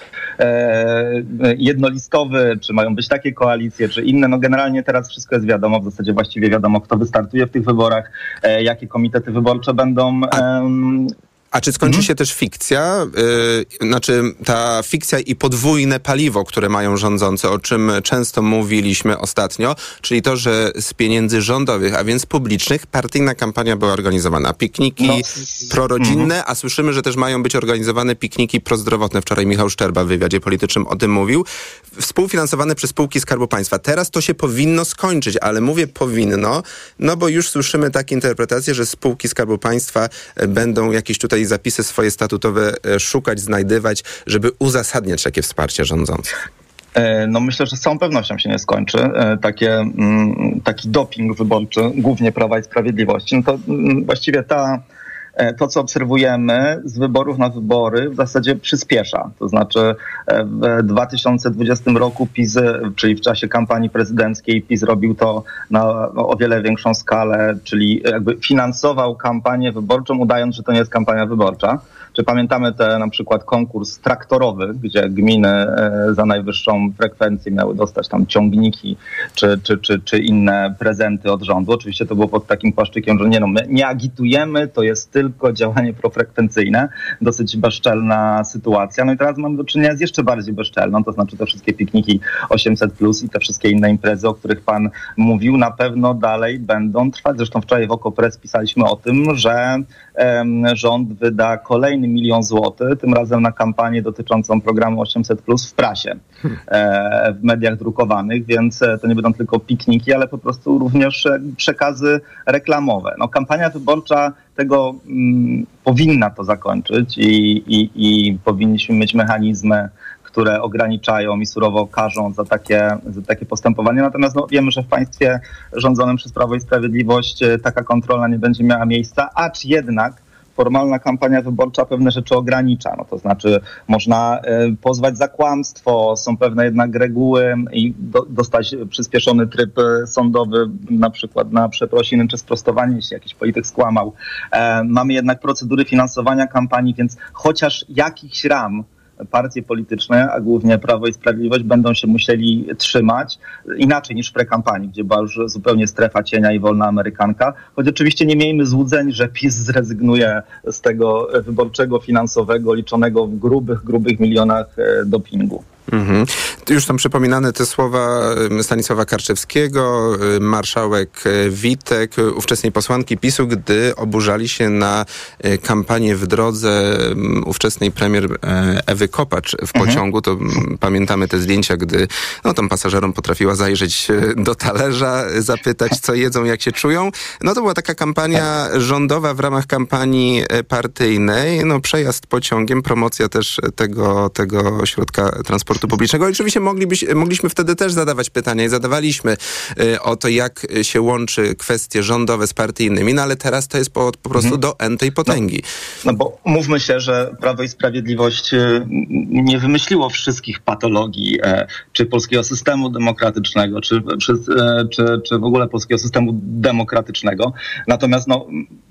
e, jednolistowy, czy mają być takie koalicje, czy inne. No generalnie teraz wszystko jest wiadomo, w zasadzie właściwie wiadomo, kto wystartuje w tych wyborach, e, jakie komitety wyborcze będą... E, A czy skończy mhm. się też fikcja, yy, znaczy ta fikcja i podwójne paliwo, które mają rządzący, o czym często mówiliśmy ostatnio, czyli to, że z pieniędzy rządowych, a więc publicznych, partyjna kampania była organizowana. Pikniki no. prorodzinne, mhm. a słyszymy, że też mają być organizowane pikniki prozdrowotne. Wczoraj Michał Szczerba w wywiadzie politycznym o tym mówił. Współfinansowane przez spółki Skarbu Państwa. Teraz to się powinno skończyć, ale mówię powinno, no bo już słyszymy takie interpretacje, że spółki Skarbu Państwa będą jakieś tutaj zapisy swoje statutowe szukać, znajdywać, żeby uzasadniać takie wsparcie rządzących. No myślę, że z całą pewnością się nie skończy. Takie, taki doping wyborczy, głównie Prawa i Sprawiedliwości, no to właściwie ta to, co obserwujemy z wyborów na wybory, w zasadzie przyspiesza. To znaczy w dwa tysiące dwudziestym roku PiS, czyli w czasie kampanii prezydenckiej, PiS robił to na o wiele większą skalę, czyli jakby finansował kampanię wyborczą, udając, że to nie jest kampania wyborcza. Czy pamiętamy te na przykład konkurs traktorowy, gdzie gminy za najwyższą frekwencję miały dostać tam ciągniki czy, czy, czy, czy inne prezenty od rządu. Oczywiście to było pod takim płaszczykiem, że nie, no, my nie agitujemy, to jest tylko działanie profrekwencyjne. Dosyć bezczelna sytuacja. No i teraz mamy do czynienia z jeszcze bardziej bezczelną, to znaczy te wszystkie pikniki osiemset plus i te wszystkie inne imprezy, o których pan mówił, na pewno dalej będą trwać. Zresztą wczoraj w Okopres pisaliśmy o tym, że em, rząd wyda kolejny milion złotych, tym razem na kampanię dotyczącą programu osiemset plus w prasie, e, w mediach drukowanych, więc to nie będą tylko pikniki, ale po prostu również przekazy reklamowe. No, kampania wyborcza tego mm, powinna to zakończyć i, i, i powinniśmy mieć mechanizmy, które ograniczają i surowo karzą za takie, za takie postępowanie. Natomiast no, wiemy, że w państwie rządzonym przez Prawo i Sprawiedliwość taka kontrola nie będzie miała miejsca, acz jednak formalna kampania wyborcza pewne rzeczy ogranicza. No to znaczy można y, pozwać za kłamstwo, są pewne jednak reguły i do, dostać przyspieszony tryb y, sądowy, na przykład na przeprosiny czy sprostowanie, jeśli jakiś polityk skłamał. E, mamy jednak procedury finansowania kampanii, więc chociaż jakichś ram partie polityczne, a głównie Prawo i Sprawiedliwość, będą się musieli trzymać inaczej niż w prekampanii, gdzie była już zupełnie strefa cienia i wolna amerykanka. Choć oczywiście nie miejmy złudzeń, że PiS zrezygnuje z tego wyborczego, finansowego, liczonego w grubych, grubych milionach dopingu. Mhm. Już tam przypominane te słowa Stanisława Karczewskiego, marszałek Witek, ówczesnej posłanki PiSu, gdy oburzali się na kampanię w drodze ówczesnej premier Ewy Kopacz w pociągu. To mhm. pamiętamy te zdjęcia, gdy no, tam pasażerom potrafiła zajrzeć do talerza, zapytać, co jedzą, jak się czują. No to była taka kampania rządowa w ramach kampanii partyjnej. No przejazd pociągiem, promocja też tego, tego środka transportu publicznego. I oczywiście moglibyś, mogliśmy wtedy też zadawać pytania i zadawaliśmy y, o to, jak się łączy kwestie rządowe z partyjnymi, no ale teraz to jest po, po prostu mhm. do entej potęgi. No, no bo mówmy się, że Prawo i Sprawiedliwość y, nie wymyśliło wszystkich patologii e, czy polskiego systemu demokratycznego, czy, czy, e, czy, czy w ogóle polskiego systemu demokratycznego. Natomiast no,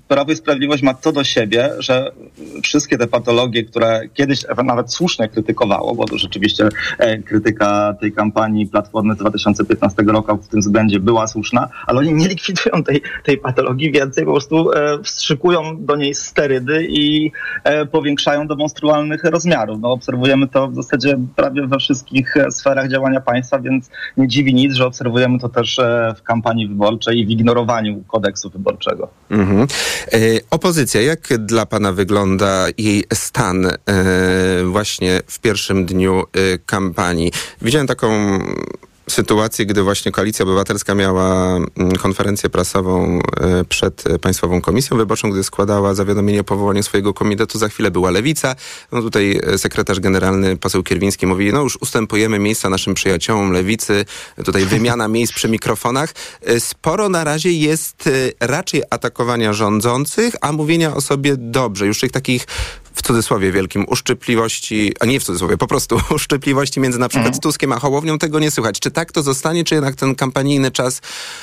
Prawo i Sprawiedliwość ma to do siebie, że wszystkie te patologie, które kiedyś nawet słusznie krytykowało, bo to rzeczywiście e, krytyka tej kampanii Platformy z dwa tysiące piętnastego roku w tym względzie była słuszna, ale oni nie likwidują tej, tej patologii, więcej po prostu e, wstrzykują do niej sterydy i e, powiększają do monstrualnych rozmiarów. No, obserwujemy to w zasadzie prawie we wszystkich sferach działania państwa, więc nie dziwi nic, że obserwujemy to też e, w kampanii wyborczej i w ignorowaniu kodeksu wyborczego. Mhm. E, opozycja, jak dla pana wygląda jej stan e, właśnie w pierwszym dniu e, kampanii? Widziałem taką sytuację, gdy właśnie Koalicja Obywatelska miała konferencję prasową przed Państwową Komisją Wyborczą, gdy składała zawiadomienie o powołaniu swojego komitetu. Za chwilę była Lewica. No tutaj sekretarz generalny, poseł Kierwiński mówi, no już ustępujemy miejsca naszym przyjaciołom Lewicy. Tutaj wymiana miejsc przy mikrofonach. Sporo na razie jest raczej atakowania rządzących, a mówienia o sobie dobrze. Już tych takich w cudzysłowie wielkim uszczypliwości, a nie w cudzysłowie, po prostu uszczypliwości między na przykład mm. Tuskiem a Hołownią, tego nie słychać. Czy tak to zostanie, czy jednak ten kampanijny czas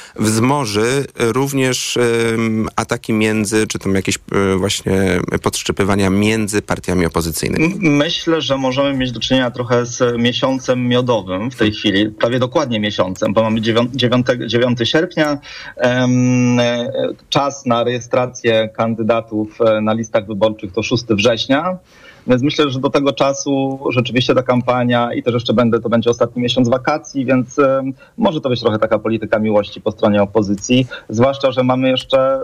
wzmoży również um, ataki między, czy tam jakieś um, właśnie podszczypywania między partiami opozycyjnymi? Myślę, że możemy mieć do czynienia trochę z miesiącem miodowym w tej chwili, prawie dokładnie miesiącem, bo mamy dziewiątego sierpnia, um, czas na rejestrację kandydatów na listach wyborczych to szóstego września. Więc myślę, że do tego czasu rzeczywiście ta kampania i też jeszcze będę, to będzie ostatni miesiąc wakacji, więc um, może to być trochę taka polityka miłości po stronie opozycji. Zwłaszcza, że mamy jeszcze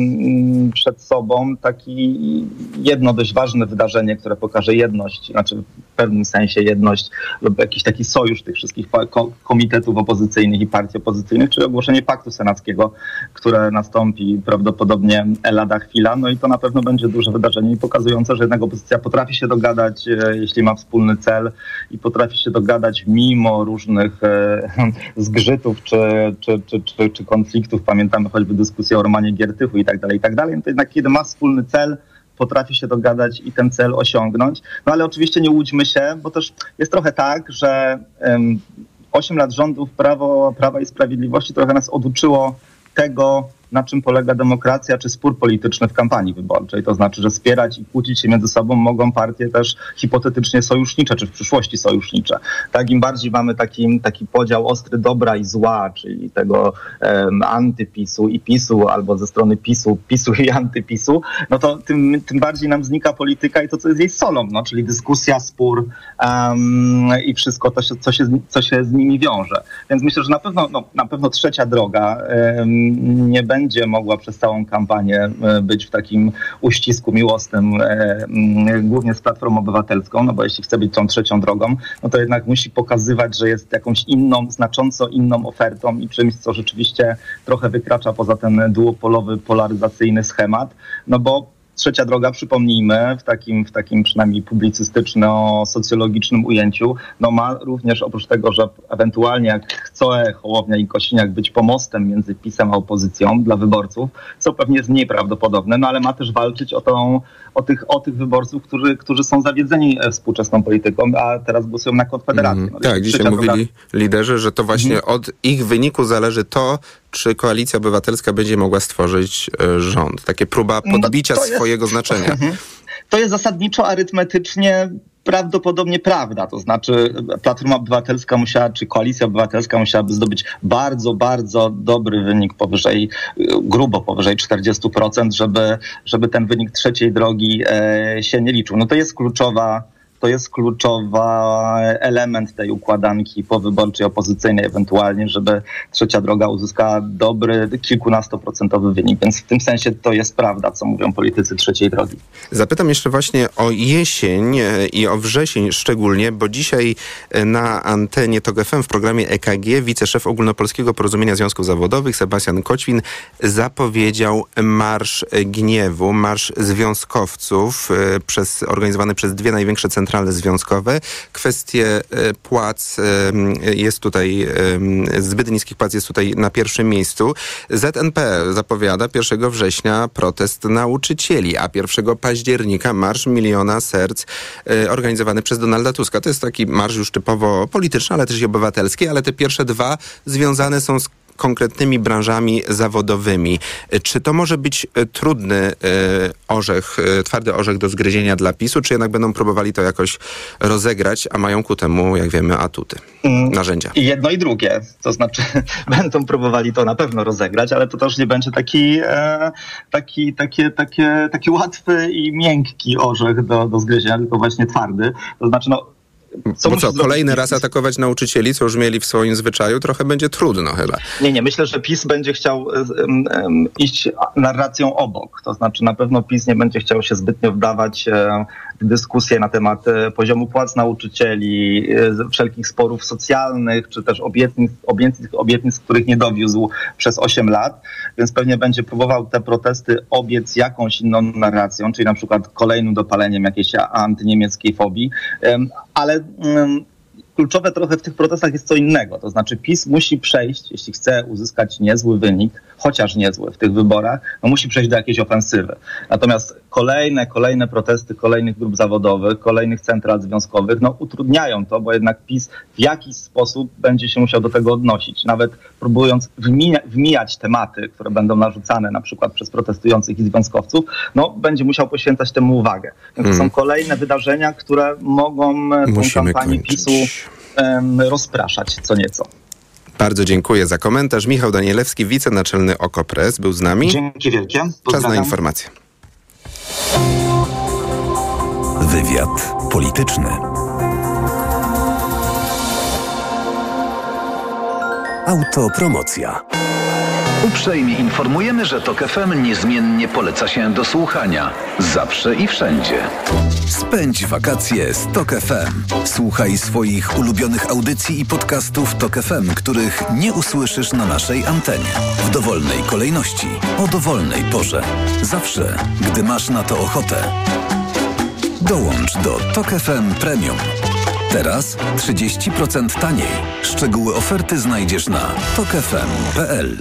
um, przed sobą taki jedno dość ważne wydarzenie, które pokaże jedność, znaczy w pewnym sensie jedność lub jakiś taki sojusz tych wszystkich komitetów opozycyjnych i partii opozycyjnych, czyli ogłoszenie paktu senackiego, które nastąpi prawdopodobnie lada chwila. No i to na pewno będzie duże wydarzenie i pokazujące, że jednak opozycja potrafi się dogadać, jeśli ma wspólny cel i potrafi się dogadać mimo różnych e, zgrzytów czy, czy, czy, czy, czy konfliktów. Pamiętamy choćby dyskusję o Romanie Giertychu i tak dalej, i tak dalej. To jednak kiedy ma wspólny cel, potrafi się dogadać i ten cel osiągnąć. No ale oczywiście nie łudźmy się, bo też jest trochę tak, że um, osiem lat rządów Prawo, Prawa i Sprawiedliwości trochę nas oduczyło tego, na czym polega demokracja czy spór polityczny w kampanii wyborczej. To znaczy, że wspierać i kłócić się między sobą mogą partie też hipotetycznie sojusznicze, czy w przyszłości sojusznicze. Tak, im bardziej mamy taki, taki podział ostry dobra i zła, czyli tego um, antypisu i PiSu, albo ze strony PiSu, PiSu i antypisu, no to tym, tym bardziej nam znika polityka i to, co jest jej solą, no, czyli dyskusja, spór um, i wszystko to, się, co, się, co się z nimi wiąże. Więc myślę, że na pewno, no, na pewno trzecia droga um, nie będzie będzie mogła przez całą kampanię być w takim uścisku miłosnym, głównie z Platformą Obywatelską, no bo jeśli chce być tą trzecią drogą, no to jednak musi pokazywać, że jest jakąś inną, znacząco inną ofertą i czymś, co rzeczywiście trochę wykracza poza ten duopolowy, polaryzacyjny schemat, no bo trzecia droga, przypomnijmy, w takim, w takim przynajmniej publicystyczno-socjologicznym ujęciu, no ma również oprócz tego, że ewentualnie jak chcą Hołownia i Kosiniak być pomostem między PiS-em a opozycją dla wyborców, co pewnie jest mniej prawdopodobne, no ale ma też walczyć o, tą, o, tych, o tych wyborców, którzy, którzy są zawiedzeni współczesną polityką, a teraz głosują na Konfederację. No, tak, dzisiaj mówili droga... liderzy, że to właśnie mhm. od ich wyniku zależy to, czy Koalicja Obywatelska będzie mogła stworzyć y, rząd. Takie próba podbicia no swojego jest, znaczenia. To jest zasadniczo arytmetycznie prawdopodobnie prawda. To znaczy Platforma Obywatelska musiała, czy Koalicja Obywatelska musiałaby zdobyć bardzo, bardzo dobry wynik powyżej, grubo powyżej czterdzieści procent, żeby, żeby ten wynik trzeciej drogi e, się nie liczył. No to jest kluczowa To jest kluczowy element tej układanki powyborczej, opozycyjnej ewentualnie, żeby trzecia droga uzyskała dobry, kilkunastoprocentowy wynik. Więc w tym sensie to jest prawda, co mówią politycy trzeciej drogi. Zapytam jeszcze właśnie o jesień i o wrzesień szczególnie, bo dzisiaj na antenie TOG F M w programie E K G wiceszef Ogólnopolskiego Porozumienia Związków Zawodowych Sebastian Koćwin zapowiedział Marsz Gniewu, Marsz Związkowców przez, organizowany przez dwie największe centrale związkowe. Kwestie płac jest tutaj, zbyt niskich płac jest tutaj na pierwszym miejscu. Z N P zapowiada pierwszego września protest nauczycieli, a pierwszego października Marsz Miliona Serc organizowany przez Donalda Tuska. To jest taki marsz już typowo polityczny, ale też i obywatelski, ale te pierwsze dwa związane są z konkretnymi branżami zawodowymi. Czy to może być trudny orzech, twardy orzech do zgryzienia dla PiSu, czy jednak będą próbowali to jakoś rozegrać, a mają ku temu, jak wiemy, atuty, narzędzia? I jedno i drugie. To znaczy będą próbowali to na pewno rozegrać, ale to też nie będzie taki, e, taki, takie, takie, taki łatwy i miękki orzech do, do zgryzienia, tylko właśnie twardy. To znaczy, no, Co Bo co, kolejny raz atakować nauczycieli, co już mieli w swoim zwyczaju, trochę będzie trudno chyba. Nie, nie, myślę, że PiS będzie chciał um, um, iść narracją obok. To znaczy na pewno PiS nie będzie chciał się zbytnio wdawać e, w dyskusję na temat e, poziomu płac nauczycieli, e, wszelkich sporów socjalnych, czy też obietnic, obietnic, obietnic, których nie dowiózł przez osiem lat. Więc pewnie będzie próbował te protesty obiec jakąś inną narracją, czyli na przykład kolejnym dopaleniem jakiejś antyniemieckiej fobii. E, ale um, kluczowe trochę w tych protestach jest co innego. To znaczy PiS musi przejść, jeśli chce uzyskać niezły wynik, chociaż niezły w tych wyborach, no musi przejść do jakiejś ofensywy. Natomiast kolejne, kolejne protesty kolejnych grup zawodowych, kolejnych central związkowych, no utrudniają to, bo jednak PiS w jakiś sposób będzie się musiał do tego odnosić. Nawet próbując wmija, wmijać tematy, które będą narzucane na przykład przez protestujących i związkowców, no będzie musiał poświęcać temu uwagę. Więc to hmm. są kolejne wydarzenia, które mogą tą kampanię PiSu um, rozpraszać co nieco. Bardzo dziękuję za komentarz. Michał Danielewski, wicenaczelny Okopres, był z nami. Dzięki wielkie. Czas na informacje. Wywiad polityczny. Autopromocja. Uprzejmie informujemy, że Tok F M niezmiennie poleca się do słuchania. Zawsze i wszędzie. Spędź wakacje z Tok F M. Słuchaj swoich ulubionych audycji i podcastów Tok F M, których nie usłyszysz na naszej antenie. W dowolnej kolejności, o dowolnej porze. Zawsze, gdy masz na to ochotę. Dołącz do Tok F M Premium. Teraz trzydzieści procent taniej. Szczegóły oferty znajdziesz na tok f m kropka p l.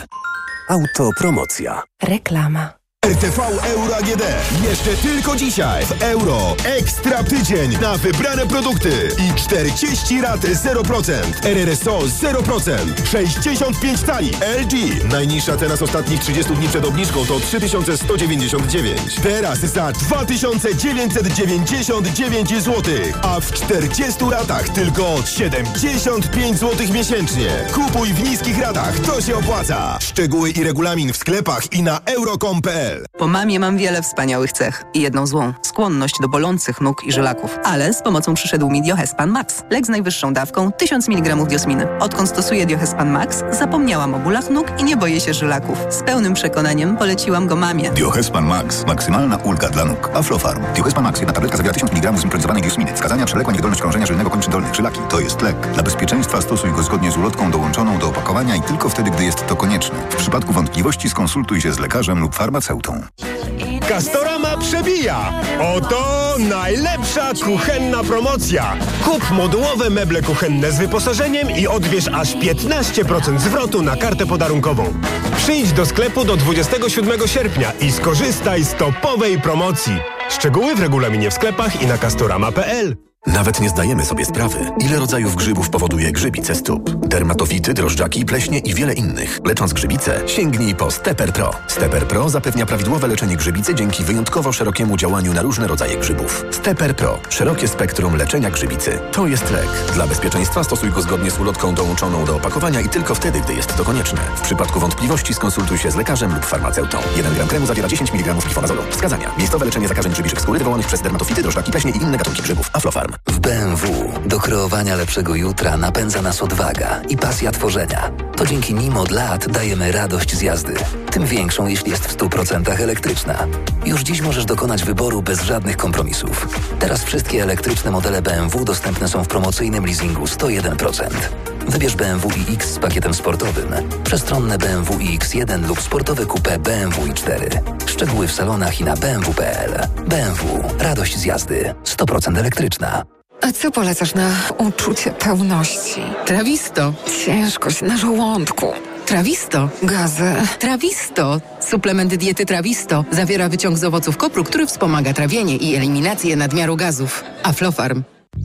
Autopromocja. Reklama. R T V Euro A G D. Jeszcze tylko dzisiaj w Euro. Ekstra tydzień na wybrane produkty i czterdzieści rat zero procent. R R S O zero procent. sześćdziesiąt pięć cali L G. Najniższa cena z ostatnich trzydziestu dni przed obniżką to trzy tysiące sto dziewięćdziesiąt dziewięć. Teraz za dwa tysiące dziewięćset dziewięćdziesiąt dziewięć złotych. A w czterdziestu ratach tylko siedemdziesiąt pięć złotych miesięcznie. Kupuj w niskich ratach. To się opłaca. Szczegóły i regulamin w sklepach i na euro kropka com kropka p l. Po mamie mam wiele wspaniałych cech i jedną złą. Skłonność do bolących nóg i żylaków. Ale z pomocą przyszedł mi Diohespan Max. Lek z najwyższą dawką tysiąc miligramów diosminy. Odkąd stosuję Diohespan Max, zapomniałam o bólach nóg i nie boję się żylaków. Z pełnym przekonaniem poleciłam go mamie. Diohespan Max. Maksymalna ulga dla nóg. Aflofarm. Diohespan Max. Jedna tabletka zawiera tysiąc miligramów zimpronizowanej diosminy. Wskazania: przewlekła niewydolność krążenia żylnego kończyn dolnych. Żylaki. To jest lek. Dla bezpieczeństwa stosuj go zgodnie z ulotką dołączoną do opakowania i tylko wtedy, gdy jest to konieczne. W przypadku wątpliwości skonsultuj się z lekarzem lub farmaceutą. Castorama przebija! Oto najlepsza kuchenna promocja! Kup modułowe meble kuchenne z wyposażeniem i odbierz aż piętnaście procent zwrotu na kartę podarunkową. Przyjdź do sklepu do dwudziestego siódmego sierpnia i skorzystaj z topowej promocji. Szczegóły w regulaminie w sklepach i na castorama kropka p l. Nawet nie zdajemy sobie sprawy, ile rodzajów grzybów powoduje grzybice stóp. Dermatofity, drożdżaki, pleśnie i wiele innych. Lecząc grzybice, sięgnij po Stepper Pro. Stepper Pro zapewnia prawidłowe leczenie grzybicy dzięki wyjątkowo szerokiemu działaniu na różne rodzaje grzybów. Stepper Pro. Szerokie spektrum leczenia grzybicy. To jest lek. Dla bezpieczeństwa stosuj go zgodnie z ulotką dołączoną do opakowania i tylko wtedy, gdy jest to konieczne. W przypadku wątpliwości skonsultuj się z lekarzem lub farmaceutą. jeden gram kremu zawiera dziesięć miligramów glifonazolu. Wskazania: miejscowe leczenie zakażeń grzybiczych skóry wywołanych przez dermatofity, drożdżaki, pleśnie i inne gatunki grzybów. Aflofarm. W B M W do kreowania lepszego jutra napędza nas odwaga i pasja tworzenia. To dzięki nim od lat dajemy radość z jazdy. Tym większą, jeśli jest w stu procentach elektryczna. Już dziś możesz dokonać wyboru bez żadnych kompromisów. Teraz wszystkie elektryczne modele B M W dostępne są w promocyjnym leasingu sto jeden procent. Wybierz B M W iX z pakietem sportowym, przestronne B M W iX jeden lub sportowe coupé B M W i cztery. Szczegóły w salonach i na b m w kropka p l. B M W. Radość z jazdy. sto procent elektryczna. A co polecasz na uczucie pełności? Trawisto. Ciężkość na żołądku. Trawisto. Gazy. Trawisto. Suplement diety Trawisto zawiera wyciąg z owoców kopru, który wspomaga trawienie i eliminację nadmiaru gazów. Aflofarm.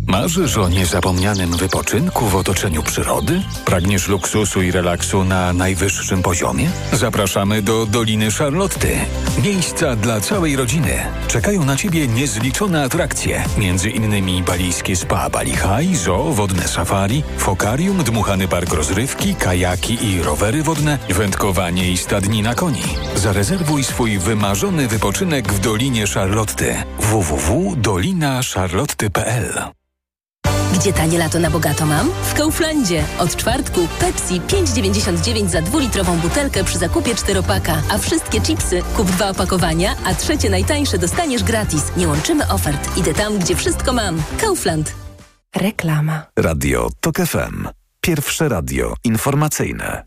Marzysz o niezapomnianym wypoczynku w otoczeniu przyrody? Pragniesz luksusu i relaksu na najwyższym poziomie? Zapraszamy do Doliny Charlotty. Miejsca dla całej rodziny. Czekają na Ciebie niezliczone atrakcje. Między innymi balijskie spa Bali High, zoo, wodne safari, fokarium, dmuchany park rozrywki, kajaki i rowery wodne, wędkowanie i stadnina koni. Zarezerwuj swój wymarzony wypoczynek w Dolinie Charlotty. w w w kropka dolina charlotty kropka p l. Gdzie tanie lato na bogato mam? W Kauflandzie. Od czwartku Pepsi pięć dziewięćdziesiąt dziewięć za dwulitrową butelkę przy zakupie czteropaka, a wszystkie chipsy kup dwa opakowania, a trzecie najtańsze dostaniesz gratis. Nie łączymy ofert. Idę tam, gdzie wszystko mam. Kaufland. Reklama. Radio TOK F M. Pierwsze radio informacyjne.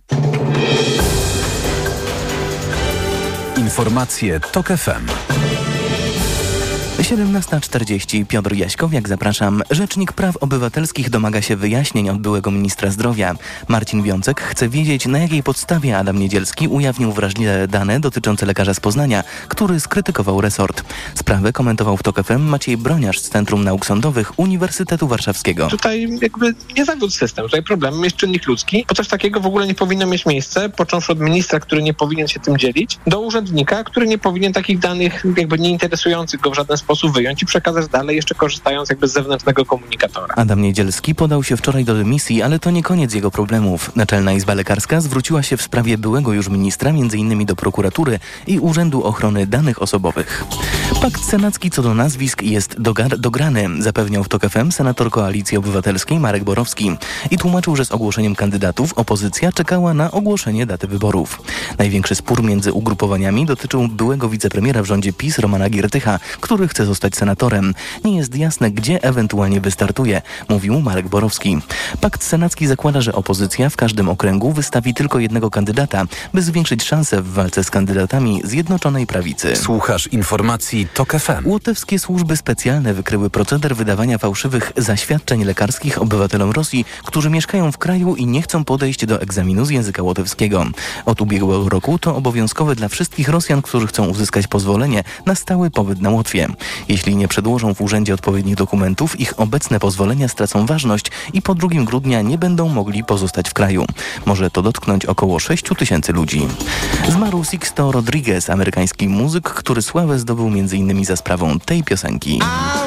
Informacje TOK F M. siedemnasta czterdzieści. Piotr Jaśkowiak, zapraszam. Rzecznik Praw Obywatelskich domaga się wyjaśnień od byłego ministra zdrowia. Marcin Wiącek chce wiedzieć, na jakiej podstawie Adam Niedzielski ujawnił wrażliwe dane dotyczące lekarza z Poznania, który skrytykował resort. Sprawę komentował w TOK F M Maciej Broniarz z Centrum Nauk Sądowych Uniwersytetu Warszawskiego. Tutaj jakby nie zawiódł system. Tutaj problemem jest czynnik ludzki, bo coś takiego w ogóle nie powinno mieć miejsca, począwszy od ministra, który nie powinien się tym dzielić, do urzędnika, który nie powinien takich danych jakby nie interesujących go w żaden sposób wyjąć i przekazać dalej, jeszcze korzystając jakby z zewnętrznego komunikatora. Adam Niedzielski podał się wczoraj do dymisji, ale to nie koniec jego problemów. Naczelna Izba Lekarska zwróciła się w sprawie byłego już ministra między innymi do prokuratury i Urzędu Ochrony Danych Osobowych. Pakt senacki co do nazwisk jest doga- dograny, zapewniał w TOK F M senator Koalicji Obywatelskiej Marek Borowski i tłumaczył, że z ogłoszeniem kandydatów opozycja czekała na ogłoszenie daty wyborów. Największy spór między ugrupowaniami dotyczył byłego wicepremiera w rządzie PiS Romana Giertycha, który chce zostać senatorem. Nie jest jasne, gdzie ewentualnie wystartuje, mówił Marek Borowski. Pakt senacki zakłada, że opozycja w każdym okręgu wystawi tylko jednego kandydata, by zwiększyć szanse w walce z kandydatami Zjednoczonej Prawicy. Słuchasz informacji TOK F M. Łotewskie służby specjalne wykryły proceder wydawania fałszywych zaświadczeń lekarskich obywatelom Rosji, którzy mieszkają w kraju i nie chcą podejść do egzaminu z języka łotewskiego. Od ubiegłego roku to obowiązkowe dla wszystkich Rosjan, którzy chcą uzyskać pozwolenie na stały pobyt na Łotwie. Jeśli nie przedłożą w urzędzie odpowiednich dokumentów, ich obecne pozwolenia stracą ważność i po drugiego grudnia nie będą mogli pozostać w kraju. Może to dotknąć około sześć tysięcy ludzi. Zmarł Sixto Rodriguez, amerykański muzyk, który sławę zdobył między innymi za sprawą tej piosenki.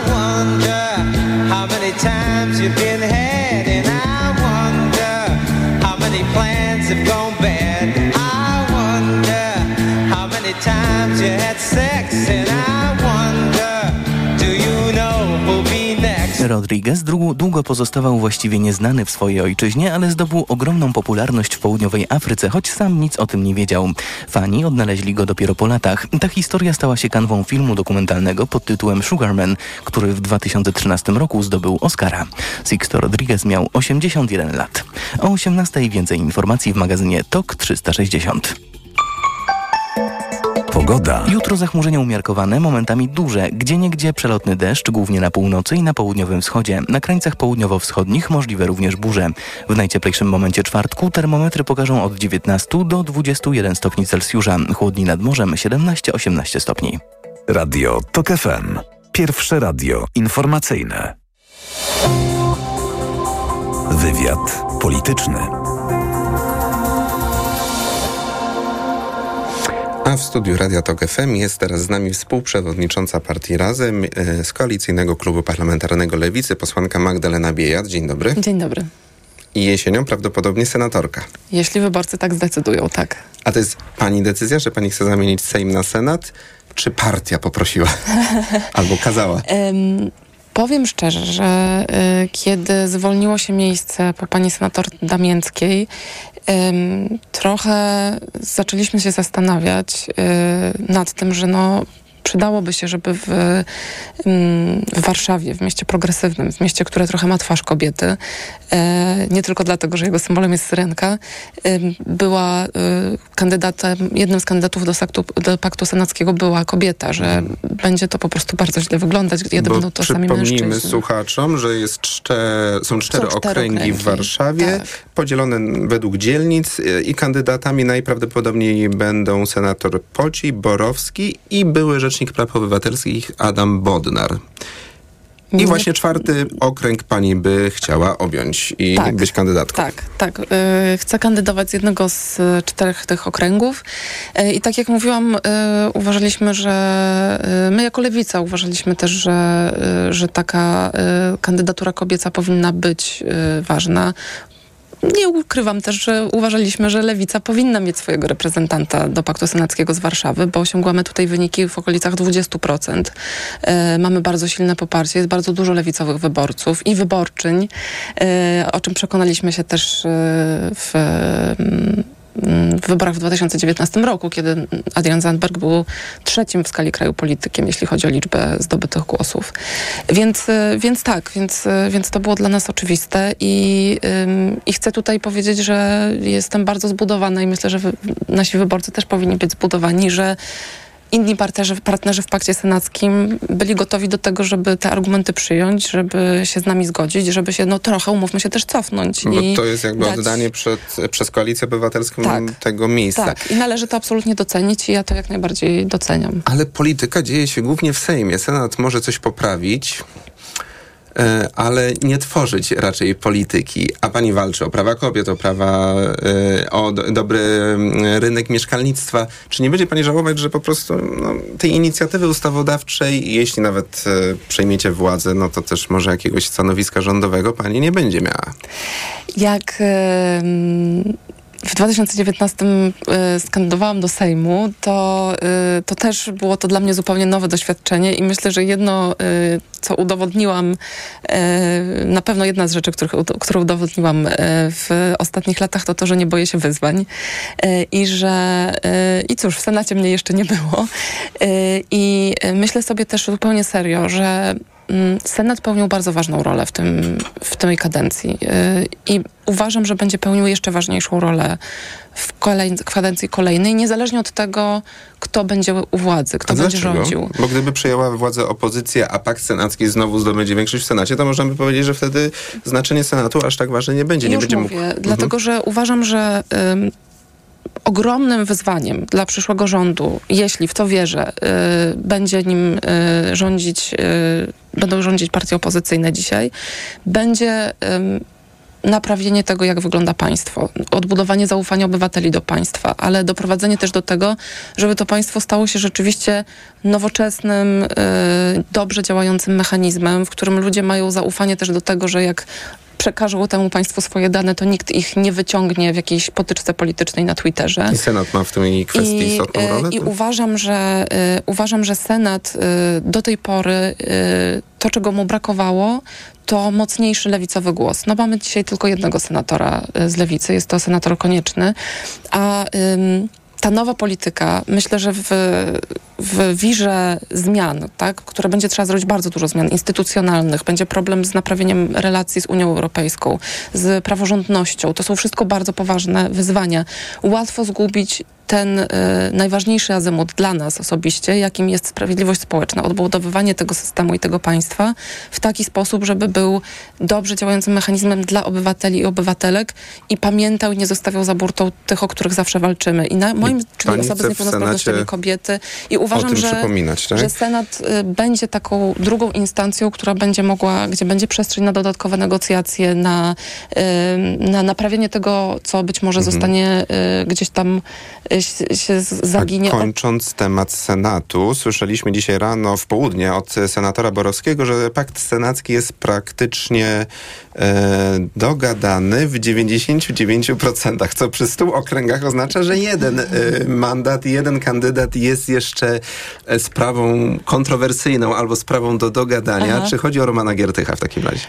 Rodriguez długo pozostawał właściwie nieznany w swojej ojczyźnie, ale zdobył ogromną popularność w południowej Afryce, choć sam nic o tym nie wiedział. Fani odnaleźli go dopiero po latach. Ta historia stała się kanwą filmu dokumentalnego pod tytułem Sugarman, który w dwa tysiące trzynastym roku zdobył Oscara. Sixto Rodriguez miał osiemdziesiąt jeden lat. O osiemnastej więcej informacji w magazynie TOK trzysta sześćdziesiąt. Pogoda. Jutro zachmurzenia umiarkowane, momentami duże. Gdzieniegdzie przelotny deszcz, głównie na północy i na południowym wschodzie. Na krańcach południowo-wschodnich możliwe również burze. W najcieplejszym momencie czwartku termometry pokażą od dziewiętnastu do dwudziestu jeden stopni Celsjusza. Chłodniej nad morzem siedemnaście osiemnaście stopni. Radio TOK F M. Pierwsze radio informacyjne. Wywiad polityczny. A w studiu Radia TOK F M jest teraz z nami współprzewodnicząca partii Razem z Koalicyjnego Klubu Parlamentarnego Lewicy, posłanka Magdalena Biejat. Dzień dobry. Dzień dobry. I jesienią prawdopodobnie senatorka. Jeśli wyborcy tak zdecydują, tak. A to jest pani decyzja, że pani chce zamienić Sejm na Senat? Czy partia poprosiła? Albo kazała? Um, powiem szczerze, że y, kiedy zwolniło się miejsce po pani senator Damięckiej, Ym, trochę zaczęliśmy się zastanawiać y, nad tym, że no, przydałoby się, żeby w, ym, w Warszawie, w mieście progresywnym, w mieście, które trochę ma twarz kobiety, y, nie tylko dlatego, że jego symbolem jest syrenka, y, była y, kandydatem, jednym z kandydatów do, saktu, do paktu senackiego była kobieta, że hmm. będzie to po prostu bardzo źle wyglądać, kiedy Bo będą to sami mężczyźni. Przypomnijmy słuchaczom, że jest czte, są cztery, są cztery okręgi, okręgi w Warszawie, tak. podzielone według dzielnic i kandydatami najprawdopodobniej będą senator Pociej, Borowski i były rzecznik praw obywatelskich Adam Bodnar. I Nie. właśnie czwarty okręg pani by chciała objąć i Tak. być kandydatką. Tak, tak. Y, chcę kandydować z jednego z y, czterech tych okręgów. Y, I tak jak mówiłam, y, uważaliśmy, że y, my jako Lewica uważaliśmy też, że, y, że taka y, kandydatura kobieca powinna być y, ważna. Nie ukrywam też, że uważaliśmy, że Lewica powinna mieć swojego reprezentanta do Paktu Senackiego z Warszawy, bo osiągamy tutaj wyniki w okolicach dwadzieścia procent. E, mamy bardzo silne poparcie, jest bardzo dużo lewicowych wyborców i wyborczyń, e, o czym przekonaliśmy się też e, w... Mm, w wyborach w dwa tysiące dziewiętnastym roku, kiedy Adrian Zandberg był trzecim w skali kraju politykiem, jeśli chodzi o liczbę zdobytych głosów. Więc, więc tak, więc, więc to było dla nas oczywiste i, ym, i chcę tutaj powiedzieć, że jestem bardzo zbudowana i myślę, że wy, nasi wyborcy też powinni być zbudowani, że inni partnerzy, partnerzy w Pakcie Senackim byli gotowi do tego, żeby te argumenty przyjąć, żeby się z nami zgodzić, żeby się, no trochę, umówmy się, też cofnąć. Bo i to jest jakby dać... oddanie przed, przez Koalicję Obywatelską Tak. tego miejsca. Tak, i należy to absolutnie docenić i ja to jak najbardziej doceniam. Ale polityka dzieje się głównie w Sejmie. Senat może coś poprawić, e, ale nie tworzyć raczej polityki. A pani walczy o prawa kobiet, o prawa, e, o do, dobry rynek mieszkalnictwa. Czy nie będzie pani żałować, że po prostu no, tej inicjatywy ustawodawczej, jeśli nawet e, przejmiecie władzę, no to też może jakiegoś stanowiska rządowego pani nie będzie miała? Jak Yy... w dwa tysiące dziewiętnastym y, skandydowałam do Sejmu, to, y, to też było to dla mnie zupełnie nowe doświadczenie i myślę, że jedno, y, co udowodniłam, y, na pewno jedna z rzeczy, których, które udowodniłam y, w ostatnich latach, to to, że nie boję się wyzwań y, i że y, i cóż, w Senacie mnie jeszcze nie było y, i myślę sobie też zupełnie serio, że Senat pełnił bardzo ważną rolę w, tym, w tej kadencji i uważam, że będzie pełnił jeszcze ważniejszą rolę w, kolej, w kadencji kolejnej, niezależnie od tego, kto będzie u władzy, kto a będzie dlaczego? rządził. Bo gdyby przejęła władzę opozycja, a Pakt Senacki znowu zdobędzie większość w Senacie, to można by powiedzieć, że wtedy znaczenie Senatu aż tak ważne nie będzie. Nie Już będzie mówię, mógł... dlatego, że uważam, że ym, ogromnym wyzwaniem dla przyszłego rządu, jeśli w to wierzę, y, będzie nim y, rządzić, y, będą rządzić partie opozycyjne dzisiaj, będzie y, naprawienie tego, jak wygląda państwo, odbudowanie zaufania obywateli do państwa, ale doprowadzenie też do tego, żeby to państwo stało się rzeczywiście nowoczesnym, y, dobrze działającym mechanizmem, w którym ludzie mają zaufanie też do tego, że jak przekażą temu państwu swoje dane, to nikt ich nie wyciągnie w jakiejś potyczce politycznej na Twitterze. I Senat ma w tej kwestii I, istotną rolę? I uważam, że y, uważam, że Senat y, do tej pory y, to, czego mu brakowało, to mocniejszy lewicowy głos. No mamy dzisiaj tylko jednego senatora y, z lewicy, jest to senator Konieczny, a y, ta nowa polityka, myślę, że w, w wirze zmian, tak, które będzie trzeba zrobić bardzo dużo zmian instytucjonalnych, będzie problem z naprawieniem relacji z Unią Europejską, z praworządnością. To są wszystko bardzo poważne wyzwania. Łatwo zgubić ten y, najważniejszy azymut dla nas osobiście, jakim jest sprawiedliwość społeczna, odbudowywanie tego systemu i tego państwa w taki sposób, żeby był dobrze działającym mechanizmem dla obywateli i obywatelek i pamiętał i nie zostawiał za burtą tych, o których zawsze walczymy. I na moim, czyli osoby z niepełnosprawnościami, kobiety. I uważam, że, tak? że Senat y, będzie taką drugą instancją, która będzie mogła, gdzie będzie przestrzeń na dodatkowe negocjacje, na, y, na naprawienie tego, co być może mhm. zostanie y, gdzieś tam się zaginie. A kończąc temat Senatu, słyszeliśmy dzisiaj rano w południe od senatora Borowskiego, że pakt senacki jest praktycznie e, dogadany w dziewięćdziesięciu dziewięciu procentach, co przy stu okręgach oznacza, że jeden e, mandat, jeden kandydat jest jeszcze e, sprawą kontrowersyjną albo sprawą do dogadania. Aha. Czy chodzi o Romana Giertycha w takim razie?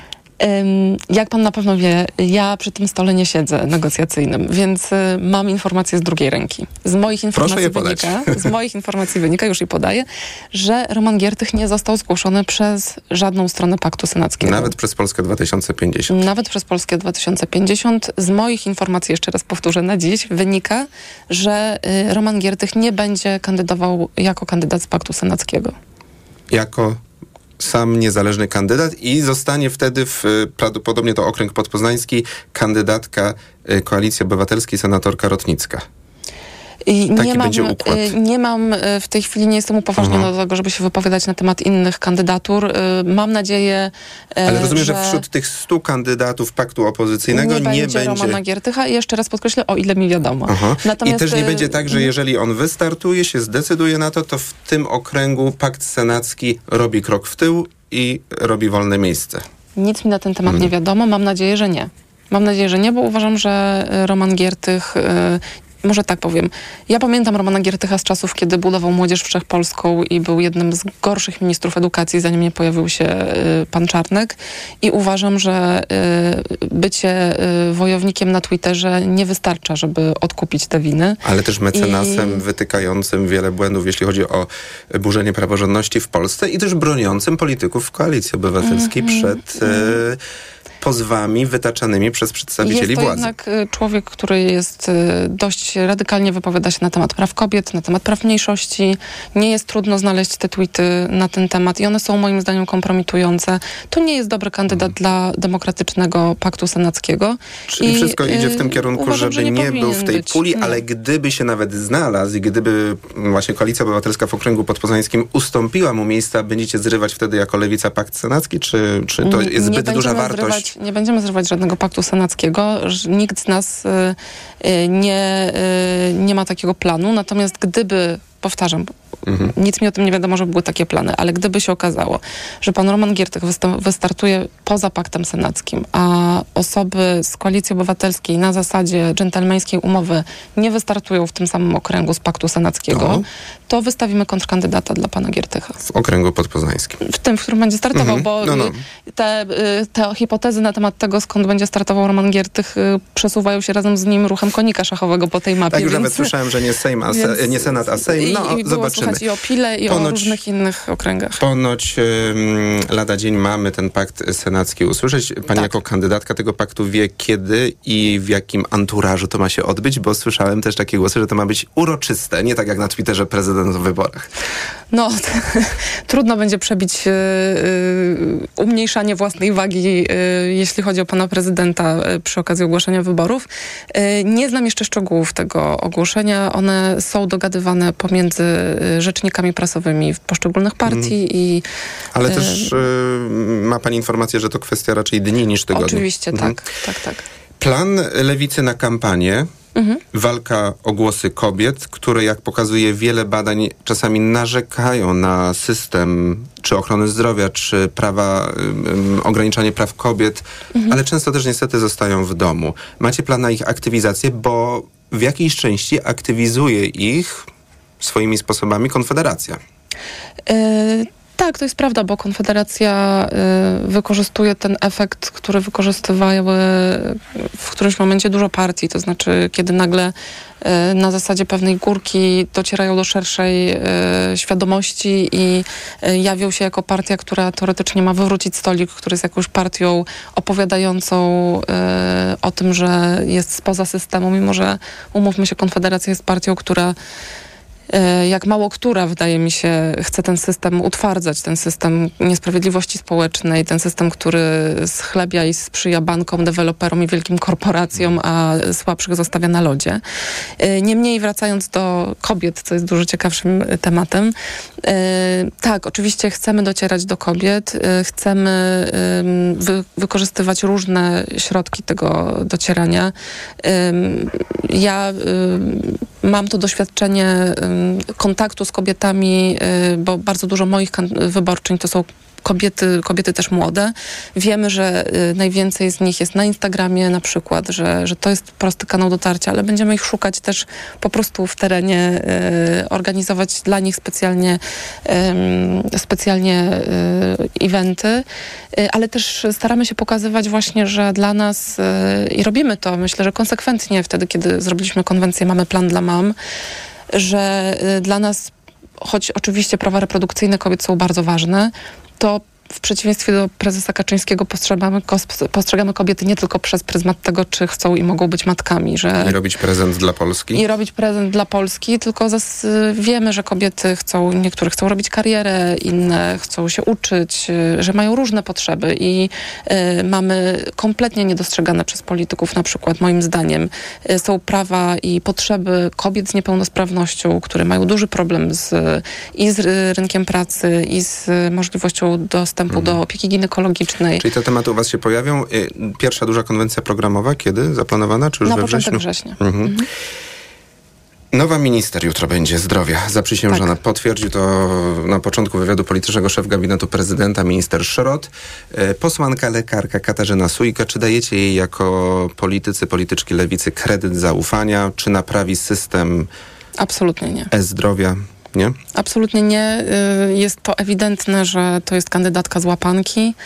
Jak pan na pewno wie, ja przy tym stole nie siedzę negocjacyjnym, więc y, mam informacje z drugiej ręki. Z moich informacji wynika, z moich informacji wynika, już je podaję, że Roman Giertych nie został zgłoszony przez żadną stronę Paktu Senackiego. Nawet przez Polskę dwa tysiące pięćdziesiąt. Nawet przez Polskę dwa tysiące pięćdziesiąt. Z moich informacji, jeszcze raz powtórzę na dziś, wynika, że y, Roman Giertych nie będzie kandydował jako kandydat z Paktu Senackiego. Jako sam niezależny kandydat i zostanie wtedy w, prawdopodobnie to okręg podpoznański, kandydatka Koalicji Obywatelskiej, senatorka Rotnicka. I Taki nie mam, będzie układ. Nie mam w tej chwili, nie jestem upoważniona do tego, żeby się wypowiadać na temat innych kandydatur. Mam nadzieję, Ale rozumiem, że, że wśród tych stu kandydatów paktu opozycyjnego nie, nie będzie... będzie Romana Giertycha i jeszcze raz podkreślę, o ile mi wiadomo. Natomiast... I też nie będzie tak, że jeżeli on wystartuje, się zdecyduje na to, to w tym okręgu pakt senacki robi krok w tył i robi wolne miejsce. Nic mi na ten temat hmm. nie wiadomo. Mam nadzieję, że nie. Mam nadzieję, że nie, bo uważam, że Roman Giertych... Może tak powiem. Ja pamiętam Romana Giertycha z czasów, kiedy budował Młodzież Wszechpolską i był jednym z gorszych ministrów edukacji, zanim nie pojawił się y, pan Czarnek. I uważam, że y, bycie y, wojownikiem na Twitterze nie wystarcza, żeby odkupić te winy. Ale też mecenasem I... wytykającym wiele błędów, jeśli chodzi o burzenie praworządności w Polsce i też broniącym polityków w Koalicji Obywatelskiej mm-hmm. przed... Y, pozwami wytaczanymi przez przedstawicieli jest to władzy. Jest jednak człowiek, który jest dość radykalnie wypowiada się na temat praw kobiet, na temat praw mniejszości. Nie jest trudno znaleźć te tweety na ten temat i one są moim zdaniem kompromitujące. To nie jest dobry kandydat hmm. dla demokratycznego paktu senackiego. Czyli I wszystko idzie w tym kierunku, uważam, żeby nie, nie był w tej być. puli, nie. ale gdyby się nawet znalazł i gdyby właśnie Koalicja Obywatelska w okręgu podpoznańskim ustąpiła mu miejsca, będziecie zrywać wtedy jako Lewica pakt senacki, czy, czy to jest nie zbyt duża wartość? Zrywać, nie będziemy zrywać żadnego paktu senackiego. Nikt z nas y, y, nie, y, nie ma takiego planu. Natomiast gdyby, powtarzam, mhm. nic mi o tym nie wiadomo, że były takie plany, ale gdyby się okazało, że pan Roman Giertych wysta- wystartuje poza paktem senackim, a osoby z Koalicji Obywatelskiej na zasadzie dżentelmeńskiej umowy nie wystartują w tym samym okręgu z paktu senackiego, to, to wystawimy kontrkandydata dla pana Giertycha. W okręgu podpoznańskim. W tym, w którym będzie startował, mhm. bo no, no. Te, te hipotezy na temat tego, skąd będzie startował Roman Giertych, przesuwają się razem z nim ruchem konika szachowego po tej mapie. Tak, już więc, nawet słyszałem, że nie Sejm, a se, więc, nie Senat, a Sejm. No, i, i zobaczymy. I o Pile, i ponoć, o różnych innych okręgach. Ponoć um, lada dzień mamy ten pakt senacki usłyszeć. Pani tak. jako kandydatka tego paktu wie, kiedy i w jakim anturażu to ma się odbyć, bo słyszałem też takie głosy, że to ma być uroczyste, nie tak jak na Twitterze prezydent w wyborach. No, to, trudno będzie przebić y, y, umniejszanie własnej wagi, y, jeśli chodzi o pana prezydenta y, przy okazji ogłoszenia wyborów. Y, nie znam jeszcze szczegółów tego ogłoszenia. One są dogadywane pomiędzy y, rzecznikami prasowymi w poszczególnych partii mm. i... Ale y, też y, ma pani informację, że to kwestia raczej dni niż tygodni. Oczywiście, mhm. tak, tak, tak. Plan Lewicy na kampanię, mhm. walka o głosy kobiet, które, jak pokazuje wiele badań, czasami narzekają na system czy ochrony zdrowia, czy prawa, um, ograniczanie praw kobiet, mhm. ale często też niestety zostają w domu. Macie plan na ich aktywizację, bo w jakiejś części aktywizuje ich swoimi sposobami Konfederacja. Y- Tak, to jest prawda, bo Konfederacja y, wykorzystuje ten efekt, który wykorzystywały w którymś momencie dużo partii, to znaczy kiedy nagle y, na zasadzie pewnej górki docierają do szerszej y, świadomości i y, jawią się jako partia, która teoretycznie ma wywrócić stolik, który jest jakąś partią opowiadającą y, o tym, że jest spoza systemu, mimo że, umówmy się, Konfederacja jest partią, która jak mało która, wydaje mi się, chce ten system utwardzać, ten system niesprawiedliwości społecznej, ten system, który schlebia i sprzyja bankom, deweloperom i wielkim korporacjom, a słabszych zostawia na lodzie. Niemniej, wracając do kobiet, co jest dużo ciekawszym tematem, tak, oczywiście chcemy docierać do kobiet, chcemy wy- wykorzystywać różne środki tego docierania. Ja mam to doświadczenie kontaktu z kobietami, bo bardzo dużo moich wyborczyń to są kobiety, kobiety też młode. Wiemy, że najwięcej z nich jest na Instagramie na przykład, że, że to jest prosty kanał dotarcia, ale będziemy ich szukać też po prostu w terenie, organizować dla nich specjalnie, specjalnie eventy, ale też staramy się pokazywać właśnie, że dla nas i robimy to, myślę, że konsekwentnie wtedy, kiedy zrobiliśmy konwencję Mamy plan dla mam, że dla nas, choć oczywiście prawa reprodukcyjne kobiet są bardzo ważne, to w przeciwieństwie do prezesa Kaczyńskiego postrzegamy, postrzegamy kobiety nie tylko przez pryzmat tego, czy chcą i mogą być matkami. Że I robić prezent dla Polski. I robić prezent dla Polski, tylko zas, wiemy, że kobiety chcą, niektóre chcą robić karierę, inne chcą się uczyć, że mają różne potrzeby i y, mamy kompletnie niedostrzegane przez polityków, na przykład moim zdaniem, y, są prawa i potrzeby kobiet z niepełnosprawnością, które mają duży problem z, i z rynkiem pracy, i z możliwością dostępu mhm. do opieki ginekologicznej. Czyli te tematy u was się pojawią. Pierwsza duża konwencja programowa kiedy zaplanowana? Czy już na we początek wrześniu? września. Mhm. Mhm. Nowa minister jutro będzie zdrowia. Zaprzysiężona. Tak. Potwierdził to na początku wywiadu politycznego szef gabinetu prezydenta, minister Szrot. Posłanka lekarka Katarzyna Sójka. Czy dajecie jej jako politycy, polityczki lewicy kredyt zaufania? Czy naprawi system Absolutnie nie. e-zdrowia? Nie? Absolutnie nie. Jest to ewidentne, że to jest kandydatka z łapanki.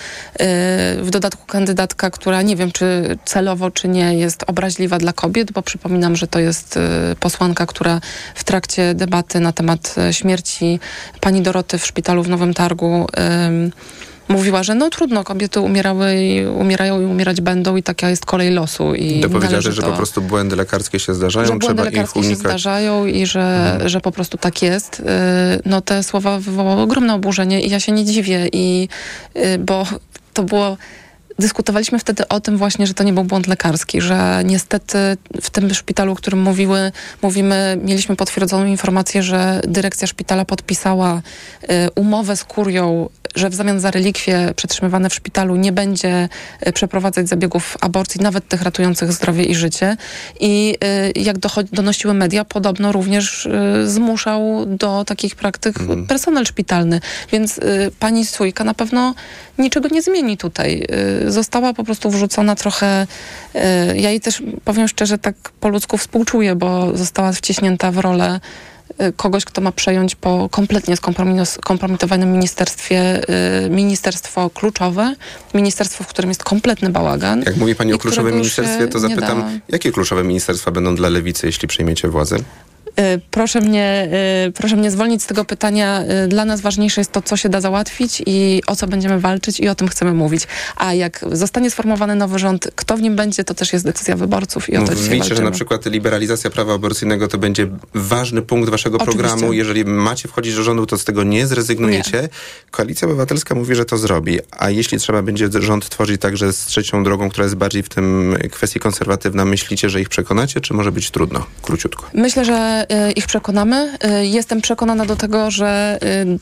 W dodatku kandydatka, która nie wiem, czy celowo, czy nie, jest obraźliwa dla kobiet, bo przypominam, że to jest posłanka, która w trakcie debaty na temat śmierci pani Doroty w szpitalu w Nowym Targu mówiła, że no trudno, kobiety umierały i umierają i umierać będą i taka jest kolej losu. I dopowiedziała, że po prostu błędy lekarskie się zdarzają, że trzeba błędy lekarskie ich unikać. się zdarzają i że, mhm. że po prostu tak jest. No te słowa wywołały ogromne oburzenie i ja się nie dziwię, i bo to było... Dyskutowaliśmy wtedy o tym właśnie, że to nie był błąd lekarski, że niestety w tym szpitalu, o którym mówiły, mówimy, mieliśmy potwierdzoną informację, że dyrekcja szpitala podpisała y, umowę z kurią, że w zamian za relikwie przetrzymywane w szpitalu nie będzie y, przeprowadzać zabiegów aborcji, nawet tych ratujących zdrowie i życie. I y, jak dochodzi, donosiły media, podobno również y, zmuszał do takich praktyk mm. personel szpitalny. Więc y, pani Sójka na pewno niczego nie zmieni tutaj. Y, Została po prostu wrzucona trochę, y, ja jej też powiem szczerze, tak po ludzku współczuję, bo została wciśnięta w rolę y, kogoś, kto ma przejąć po kompletnie skompromitowanym ministerstwie, y, ministerstwo kluczowe, ministerstwo, w którym jest kompletny bałagan. Jak mówi pani o kluczowym ministerstwie, to zapytam, jakie kluczowe ministerstwa będą dla lewicy, jeśli przejmiecie władzę? Proszę mnie, proszę mnie zwolnić z tego pytania. Dla nas ważniejsze jest to, co się da załatwić i o co będziemy walczyć i o tym chcemy mówić. A jak zostanie sformułowany nowy rząd, kto w nim będzie, to też jest decyzja wyborców i o to dzisiaj Mówicie, walczymy. że na przykład liberalizacja prawa aborcyjnego to będzie ważny punkt waszego Oczywiście. programu. Jeżeli macie wchodzić do rządu, to z tego nie zrezygnujecie. Nie. Koalicja Obywatelska mówi, że to zrobi. A jeśli trzeba będzie rząd tworzyć także z trzecią drogą, która jest bardziej w tym kwestii konserwatywna, myślicie, że ich przekonacie, czy może być trudno? Króciutko. Myślę, że ich przekonamy. Jestem przekonana do tego, że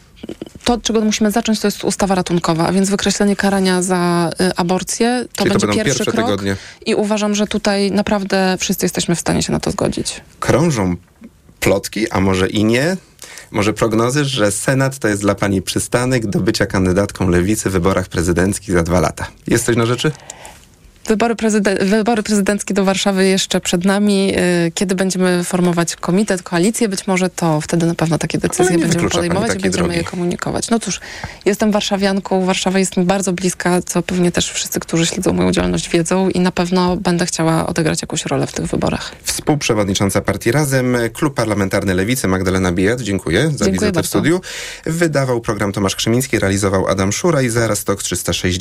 to, od czego musimy zacząć, to jest ustawa ratunkowa, a więc wykreślenie karania za aborcję. To Czyli będzie to pierwszy krok. Tygodnie. I uważam, że tutaj naprawdę wszyscy jesteśmy w stanie się na to zgodzić. Krążą plotki, a może i nie, może prognozy, że Senat to jest dla pani przystanek do bycia kandydatką lewicy w wyborach prezydenckich za dwa lata. Jest coś na rzeczy? Wybory, prezyden- wybory prezydenckie do Warszawy jeszcze przed nami. Yy, kiedy będziemy formować komitet, koalicję, być może to wtedy na pewno takie decyzje będziemy podejmować i będziemy drogi. je komunikować. No cóż, jestem warszawianką, Warszawa jest mi bardzo bliska, co pewnie też wszyscy, którzy śledzą moją działalność, wiedzą i na pewno będę chciała odegrać jakąś rolę w tych wyborach. Współprzewodnicząca partii Razem, Klub Parlamentarny Lewicy, Magdalena Bijat, dziękuję za dziękuję wizytę bardzo. w studiu. Wydawał program Tomasz Krzemiński, realizował Adam Szura i zaraz Tok trzysta sześćdziesiąt.